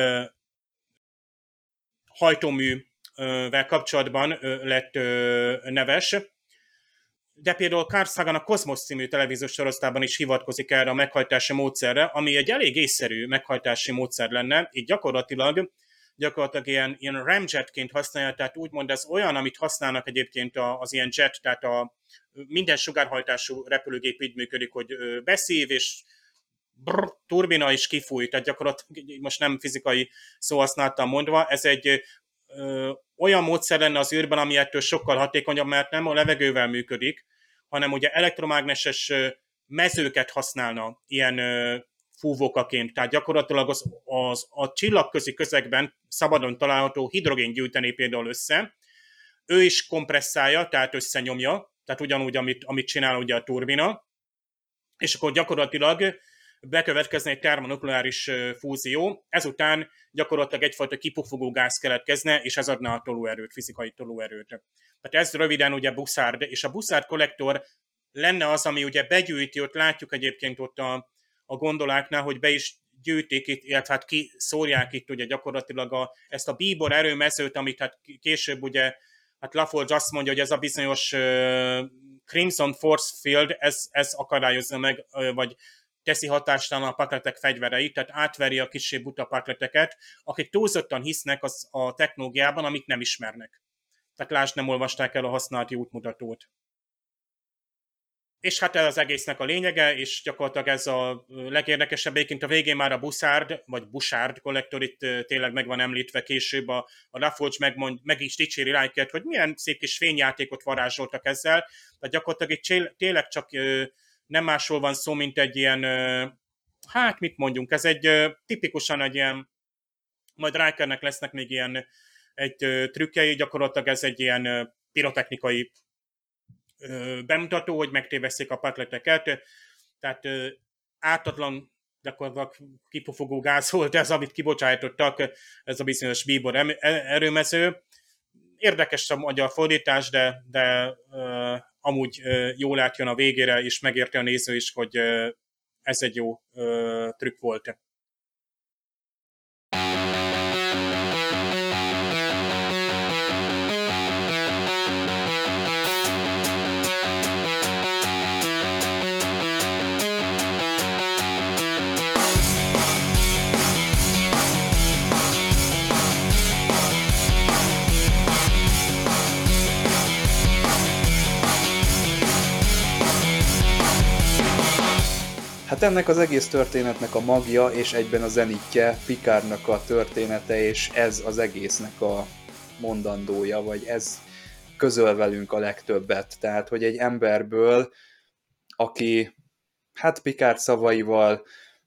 hajtóművel kapcsolatban lett neves, de például Carl Sagan a Cosmos című televíziós sorozatában is hivatkozik erre a meghajtási módszerre, ami egy elég észszerű meghajtási módszer lenne, így gyakorlatilag ilyen ramjetként használja, tehát úgymond ez olyan, amit használnak egyébként az ilyen jet, tehát minden sugárhajtású repülőgép így működik, hogy beszív, és turbina is kifúj, tehát gyakorlatilag most nem fizikai szó használtam mondva, ez egy olyan módszer lenne az űrben, ami ettől sokkal hatékonyabb, mert nem a levegővel működik, hanem ugye elektromágneses mezőket használna ilyen fúvókaként, tehát gyakorlatilag a csillagközi közegben szabadon található hidrogén gyűjteni például össze, ő is kompresszálja, tehát összenyomja, tehát ugyanúgy, amit csinál ugye a turbina, és akkor gyakorlatilag bekövetkezne egy termonukleáris fúzió, ezután gyakorlatilag egyfajta kipufogó gáz keletkezne, és ez adná a tolóerőt, fizikai tolóerőt. Tehát ez röviden ugye Bussard, és a Bussard kollektor lenne az, ami ugye begyűjti, ott látjuk egyébként ott a gondoláknál, hogy be is gyűjtik itt, illetve hát kiszórják itt ugye gyakorlatilag ezt a bíbor erőmezőt, amit hát később ugye, hát LaForge azt mondja, hogy ez a bizonyos Crimson Force Field, ez akadályozza meg, vagy teszi hatástalan a pakletek fegyvereit, tehát átveri a kissé buta pakleteket, akik túlzottan hisznek a technológiában, amit nem ismernek. Tehát lásd, nem olvasták el a használati útmutatót. És hát ez az egésznek a lényege, és gyakorlatilag ez a legérdekesebb, egyébként a végén már a Buszárd, vagy Busárd kollektor itt tényleg meg van említve később, a Laforge meg is dicséri Rikert, hogy milyen szép kis fényjátékot varázsoltak ezzel, tehát gyakorlatilag itt tényleg csak nem másról van szó, mint egy ilyen, hát mit mondjunk, ez egy tipikusan egy ilyen, majd Rikernek lesznek még ilyen egy trükkjei, gyakorlatilag ez egy ilyen pirotechnikai bemutató, hogy megtévesszék a pakleteket, tehát ártatlan, gyakorlatilag kipufogó gáz volt ez, amit kibocsájtottak, ez a bizonyos bíbor erőmező. Érdekes a magyar fordítás, de amúgy jól átjön a végére, és megérte a néző is, hogy ez egy jó trükk volt. Hát ennek az egész történetnek a magja és egyben a zenitje Picardnak a története, és ez az egésznek a mondandója, vagy ez közöl velünk a legtöbbet. Tehát, hogy egy emberből, aki hát Picard szavaival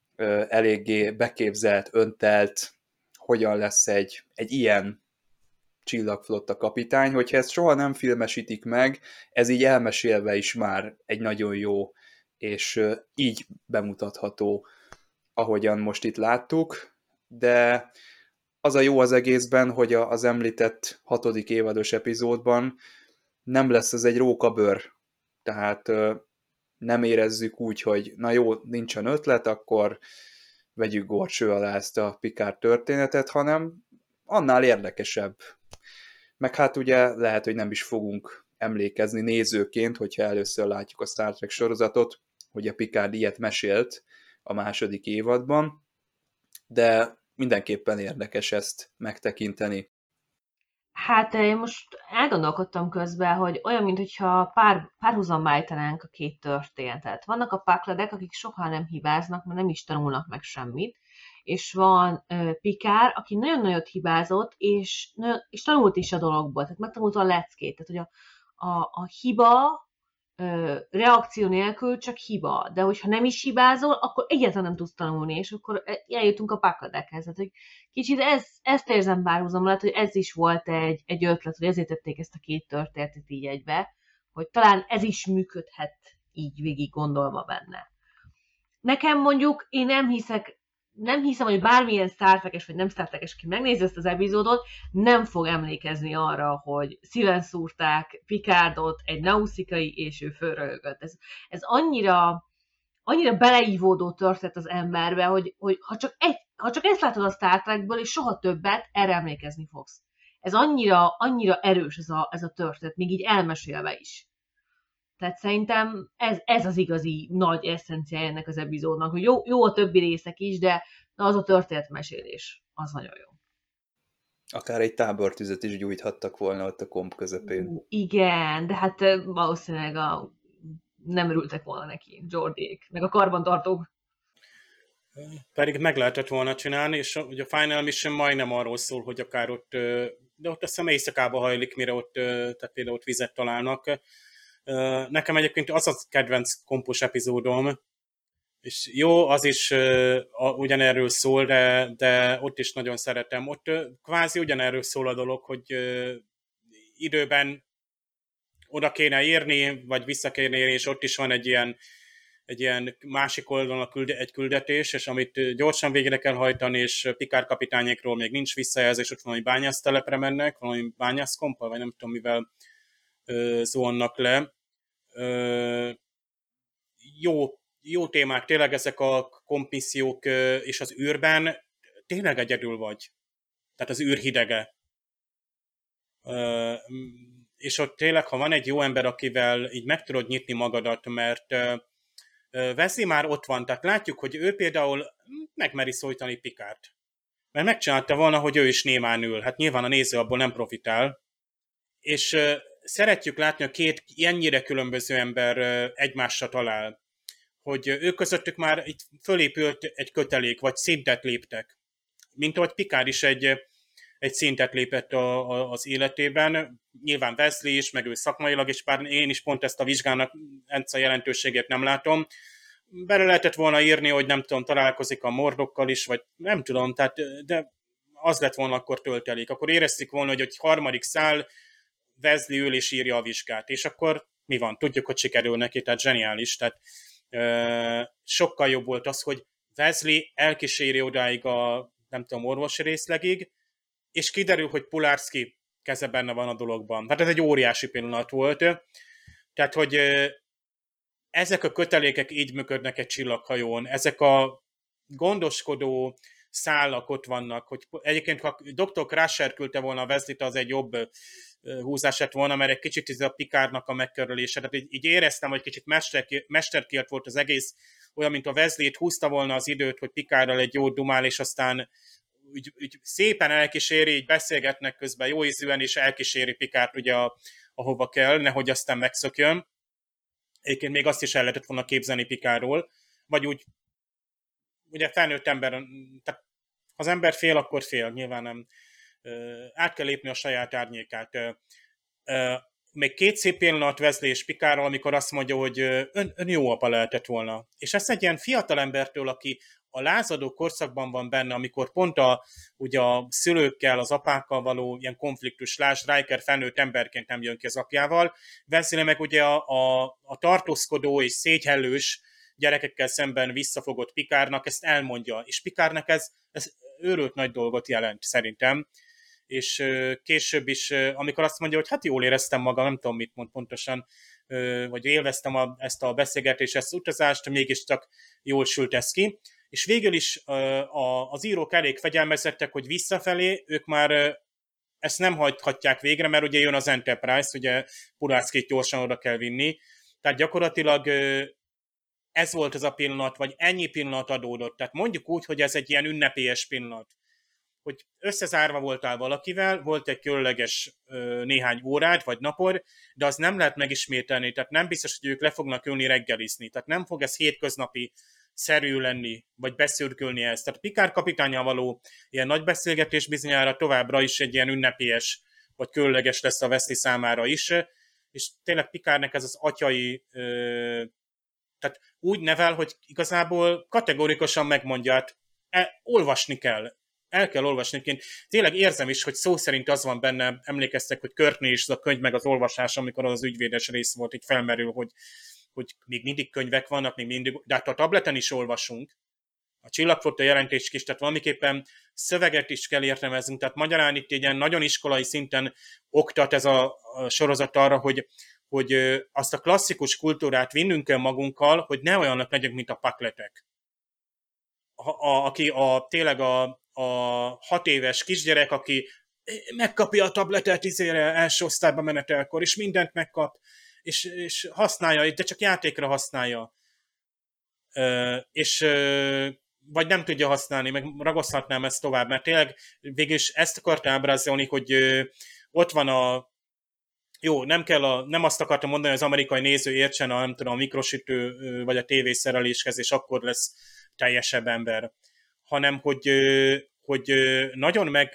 eléggé beképzelt, öntelt, hogyan lesz egy ilyen csillagflotta kapitány, hogyha ezt soha nem filmesítik meg, ez így elmesélve is már egy nagyon jó és így bemutatható, ahogyan most itt láttuk, de az a jó az egészben, hogy az említett 6. évados epizódban nem lesz ez egy rókabőr, tehát nem érezzük úgy, hogy na jó, nincsen ötlet, akkor vegyük górcső alá ezt a Picard történetet, hanem annál érdekesebb. Meg hát ugye lehet, hogy nem is fogunk emlékezni nézőként, hogyha először látjuk a Star Trek sorozatot, hogy a Picard ilyet mesélt a 2. évadban, de mindenképpen érdekes ezt megtekinteni. Hát én most elgondolkodtam közben, hogy olyan, mintha párhuzammá állítanánk a két történetet. Vannak a pakledek, akik soha nem hibáznak, mert nem is tanulnak meg semmit, és van Picard, aki nagyon nagyot hibázott, és tanult is a dologból, tehát megtanulta a leckét, tehát hogy a hiba reakció nélkül csak hiba, de hogyha nem is hibázol, akkor egyáltalán nem tudsz tanulni, és akkor eljutunk a pakledekhez. Tehát, hogy kicsit ezt érzem párhuzamban, lehet, hogy ez is volt egy ötlet, hogy ezért tették ezt a két történetet így egybe, hogy talán ez is működhet így végig gondolva benne. Nekem mondjuk, én nem hiszem, hogy bármilyen Star Trek-es vagy nem Star Trek-es, aki megnézi ezt az epizódot, nem fog emlékezni arra, hogy szíven szúrták Picardot egy nauszikai, és ő fölröhögött. Ez annyira beleívódó történet az emberbe, hogy ha csak ezt látod a Star Trekből, és soha többet, erre emlékezni fogsz. Ez annyira erős ez a történet, még így elmesélve is. Tehát szerintem ez az igazi nagy eszenciája ennek az epizódnak, hogy jó a többi részek is, de az a történetmesélés, az nagyon jó. Akár egy tábortüzet is gyújthattak volna ott a komp közepén. Igen, de hát valószínűleg nem örültek volna neki, Jordiék, meg a karbantartók. Pedig meg lehetett volna csinálni, és ugye a Final Mission majdnem arról szól, hogy akár ott, de ott azt hiszem éjszakába hajlik, mire ott, tehát például ott vizet találnak. Nekem egyébként az a kedvenc kompos epizódom, és jó, az is ugyanerről szól, de ott is nagyon szeretem. Ott kvázi ugyanerről szól a dolog, hogy időben oda kéne érni, vagy vissza kéne érni, és ott is van egy ilyen másik oldalon egy küldetés, és amit gyorsan végre kell hajtani, és Picard kapitányékról még nincs visszajelzés, ott valami bányásztelepre mennek, valami bányászkompal, vagy nem tudom mivel zuhannak le. Jó témák, tényleg ezek a kompmissziók, és az űrben tényleg egyedül vagy. Tehát az űr hidege. És ott tényleg, ha van egy jó ember, akivel így meg tudod nyitni magadat, mert Wesley már ott van, tehát látjuk, hogy ő például megmeri szólítani Picardt. Mert megcsinálta volna, hogy ő is némán ül. Hát nyilván a néző abból nem profitál. És szeretjük látni, a két ennyire különböző ember egymásra talál, hogy ők közöttük már itt fölépült egy kötelék, vagy szintet léptek. Mint ahogy Picard is egy szintet lépett az életében. Nyilván Wesley is, meg ő szakmailag is, bár én is pont ezt a vizsgának ezt a jelentőségét nem látom. Bele lehetett volna írni, hogy nem tudom, találkozik a Mordokkal is, vagy nem tudom, tehát, de az lett volna akkor töltelék. Akkor éreztük volna, hogy egy harmadik szál Wesley ül és írja a vizsgát, és akkor mi van? Tudjuk, hogy sikerül neki, tehát zseniális. Tehát sokkal jobb volt az, hogy Wesley elkíséri odáig a, nem tudom, orvosi részlegig, és kiderül, hogy Pulaski keze benne van a dologban. Tehát ez egy óriási pillanat volt. Tehát, hogy ezek a kötelékek így működnek egy csillaghajón, ezek a gondoskodó szálak ott vannak, hogy egyébként, ha Dr. Crusher küldte volna a Wesley-t, az egy jobb húzás lett volna, mert egy kicsit ez a Picardnak a megkörülése. Tehát így éreztem, hogy kicsit mesterkélt volt az egész, olyan, mint a Wesley-t húzta volna az időt, hogy Picardral egy jót dumál, és aztán úgy szépen elkíséri, így beszélgetnek közben jó ízűen, és elkíséri Picard ugye ahova kell, nehogy aztán megszökjön. Egyébként még azt is el lehetett volna képzelni Picardról, vagy úgy ugye felnőtt ember, tehát ha az ember fél, akkor fél, nyilván nem. Át kell lépni a saját árnyékát. Még két szép pillanat Wesley és Picardról, amikor azt mondja, hogy ön jó apa lehetett volna. És ezt egy ilyen fiatal embertől, aki a lázadó korszakban van benne, amikor pont ugye a szülőkkel, az apákkal való ilyen konfliktus, lásd, Riker felnőtt emberként nem jön ki az apjával. Wesley meg ugye a tartózkodó és szégyellős gyerekekkel szemben visszafogott Picardnak, ezt elmondja. És Picardnak ez őrült nagy dolgot jelent, szerintem. És később is, amikor azt mondja, hogy hát jól éreztem magam, nem tudom, mit mond pontosan, vagy élveztem ezt a beszélgetést, ezt az utazást, mégiscsak jól sült ez ki. És végül is az írók elég fegyelmezettek, hogy visszafelé ők már ezt nem hagyhatják végre, mert ugye jön az Enterprise, ugye Pulaskit gyorsan oda kell vinni. Tehát gyakorlatilag ez volt az a pillanat, vagy ennyi pillanat adódott. Tehát mondjuk úgy, hogy ez egy ilyen ünnepélyes pillanat. Hogy összezárva voltál valakivel, volt egy különleges néhány órád, vagy napod, de az nem lehet megismételni, tehát nem biztos, hogy ők le fognak ülni reggelizni. Tehát nem fog ez hétköznapi szerű lenni, vagy beszürkülni ezt. Tehát Picard kapitánnyal való ilyen nagy beszélgetés bizonyára továbbra is egy ilyen ünnepélyes, vagy különleges lesz a Wesley számára is, és tényleg Picardnek ez az atyai, tehát úgy nevel, hogy igazából kategorikusan megmondja, hát olvasni kell. El kell olvasni. Én tényleg érzem is, hogy szó szerint az van benne, emlékeztek, hogy Courtney is az a könyv meg az olvasás, amikor az ügyvédes rész volt, így felmerül, hogy még mindig könyvek vannak, még mindig, de hát a tableten is olvasunk. A Csillagflotta jelentés is, tehát valamiképpen szöveget is kell értelmeznünk, tehát magyarán itt egy ilyen nagyon iskolai szinten oktat ez a sorozat arra, hogy azt a klasszikus kultúrát vinnünk el magunkkal, hogy ne olyanok legyünk, mint a pakletek. Aki tényleg a 6 éves kisgyerek, aki megkapja a tabletet első osztályba menetelkor, és mindent megkap, és használja, de csak játékra használja. És vagy nem tudja használni, meg ragozhatnám ezt tovább, mert tényleg végül is ezt akartam ábrázolni, hogy ott van jó, nem azt akartam mondani, hogy az amerikai néző értsen a mikrosütő vagy a tévészereléshez, és akkor lesz teljesebb ember, hanem hogy nagyon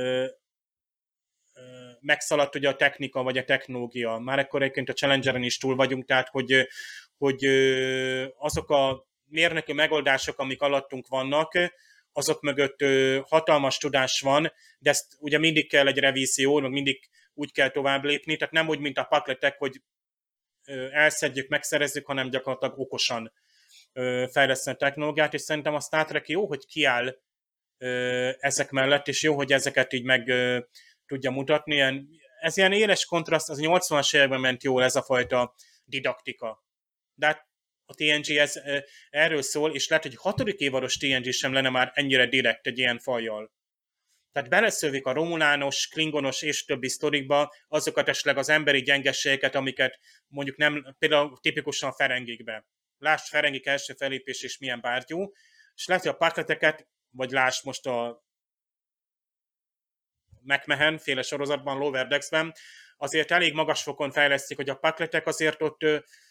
megszaladt ugye a technika vagy a technológia. Már ekkor egyébként a Challengeren is túl vagyunk, tehát hogy azok a mérnöki megoldások, amik alattunk vannak, azok mögött hatalmas tudás van, de ezt ugye mindig kell egy revízió, meg mindig úgy kell tovább lépni, tehát nem úgy, mint a pakletek, hogy elszedjük, megszerezzük, hanem gyakorlatilag okosan fejleszteni a technológiát, és szerintem a Star Trek jó, hogy kiáll ezek mellett, és jó, hogy ezeket így meg tudja mutatni. Ez ilyen éles kontraszt, az 80-as években ment jól ez a fajta didaktika. De hát a TNG erről szól, és lehet, hogy 6. évados TNG sem lenne már ennyire direkt egy ilyen fajjal. Tehát beleszövik a romulános, klingonos és többi sztorikba azokat esetleg az emberi gyengességeket, amiket mondjuk nem, például tipikusan a Ferengikbe. Lásd Ferengik első felépés és milyen bárgyú, és lehet, hogy a pakleteket, vagy lásd most a McMahon féle sorozatban, Lower Decks-ben, azért elég magas fokon fejlesztik, hogy a pakletek azért ott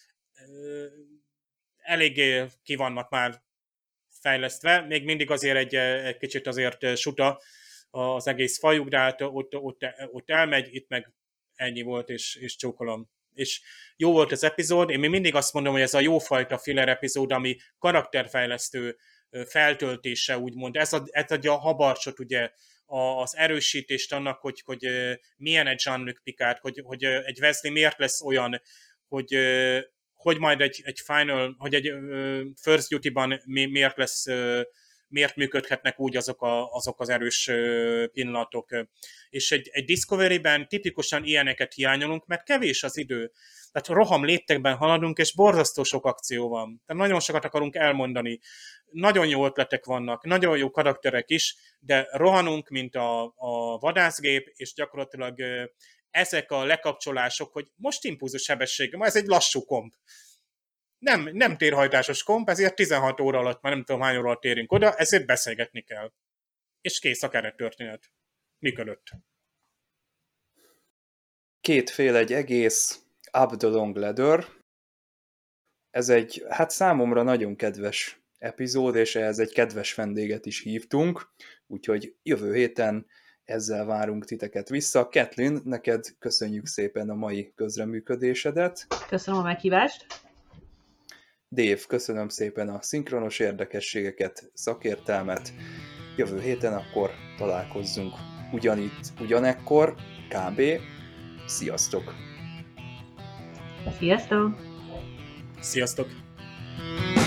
eléggé ki vannak már fejlesztve. Még mindig azért egy kicsit azért suta az egész fajuk, de hát ott elmegy, itt meg ennyi volt, és csókolom. És jó volt az epizód, én még mindig azt mondom, hogy ez a jófajta filler epizód, ami karakterfejlesztő feltöltése, úgymond. Ez adja a habarcsot, ugye, az erősítést annak, hogy milyen egy Jean-Luc Picard, hogy egy Wesley miért lesz olyan, hogy majd egy final, hogy egy First Duty-ban miért működhetnek úgy azok az erős pillanatok. És egy Discovery-ben tipikusan ilyeneket hiányolunk, mert kevés az idő. Tehát roham léptekben haladunk, és borzasztó sok akció van. Tehát nagyon sokat akarunk elmondani. Nagyon jó ötletek vannak, nagyon jó karakterek is, de rohanunk, mint a vadászgép, és gyakorlatilag ezek a lekapcsolások, hogy most impulzus sebessége, ma ez egy lassú komp. Nem térhajtásos komp, ezért 16 óra alatt, már nem tudom hány óra alatt érünk oda, ezért beszélgetni kell. És kész a kerettörténet. Működött. Két fél egy egész, Up the Long Ladder. Ez egy, hát számomra nagyon kedves epizód, és ehhez egy kedves vendéget is hívtunk, úgyhogy jövő héten ezzel várunk titeket vissza. Kathleen, neked köszönjük szépen a mai közreműködésedet. Köszönöm a meghívást. Dave, köszönöm szépen a szinkronos érdekességeket, szakértelmet. Jövő héten akkor találkozzunk ugyanitt, ugyanekkor, kb. Sziasztok! Sziasztok! Sziasztok!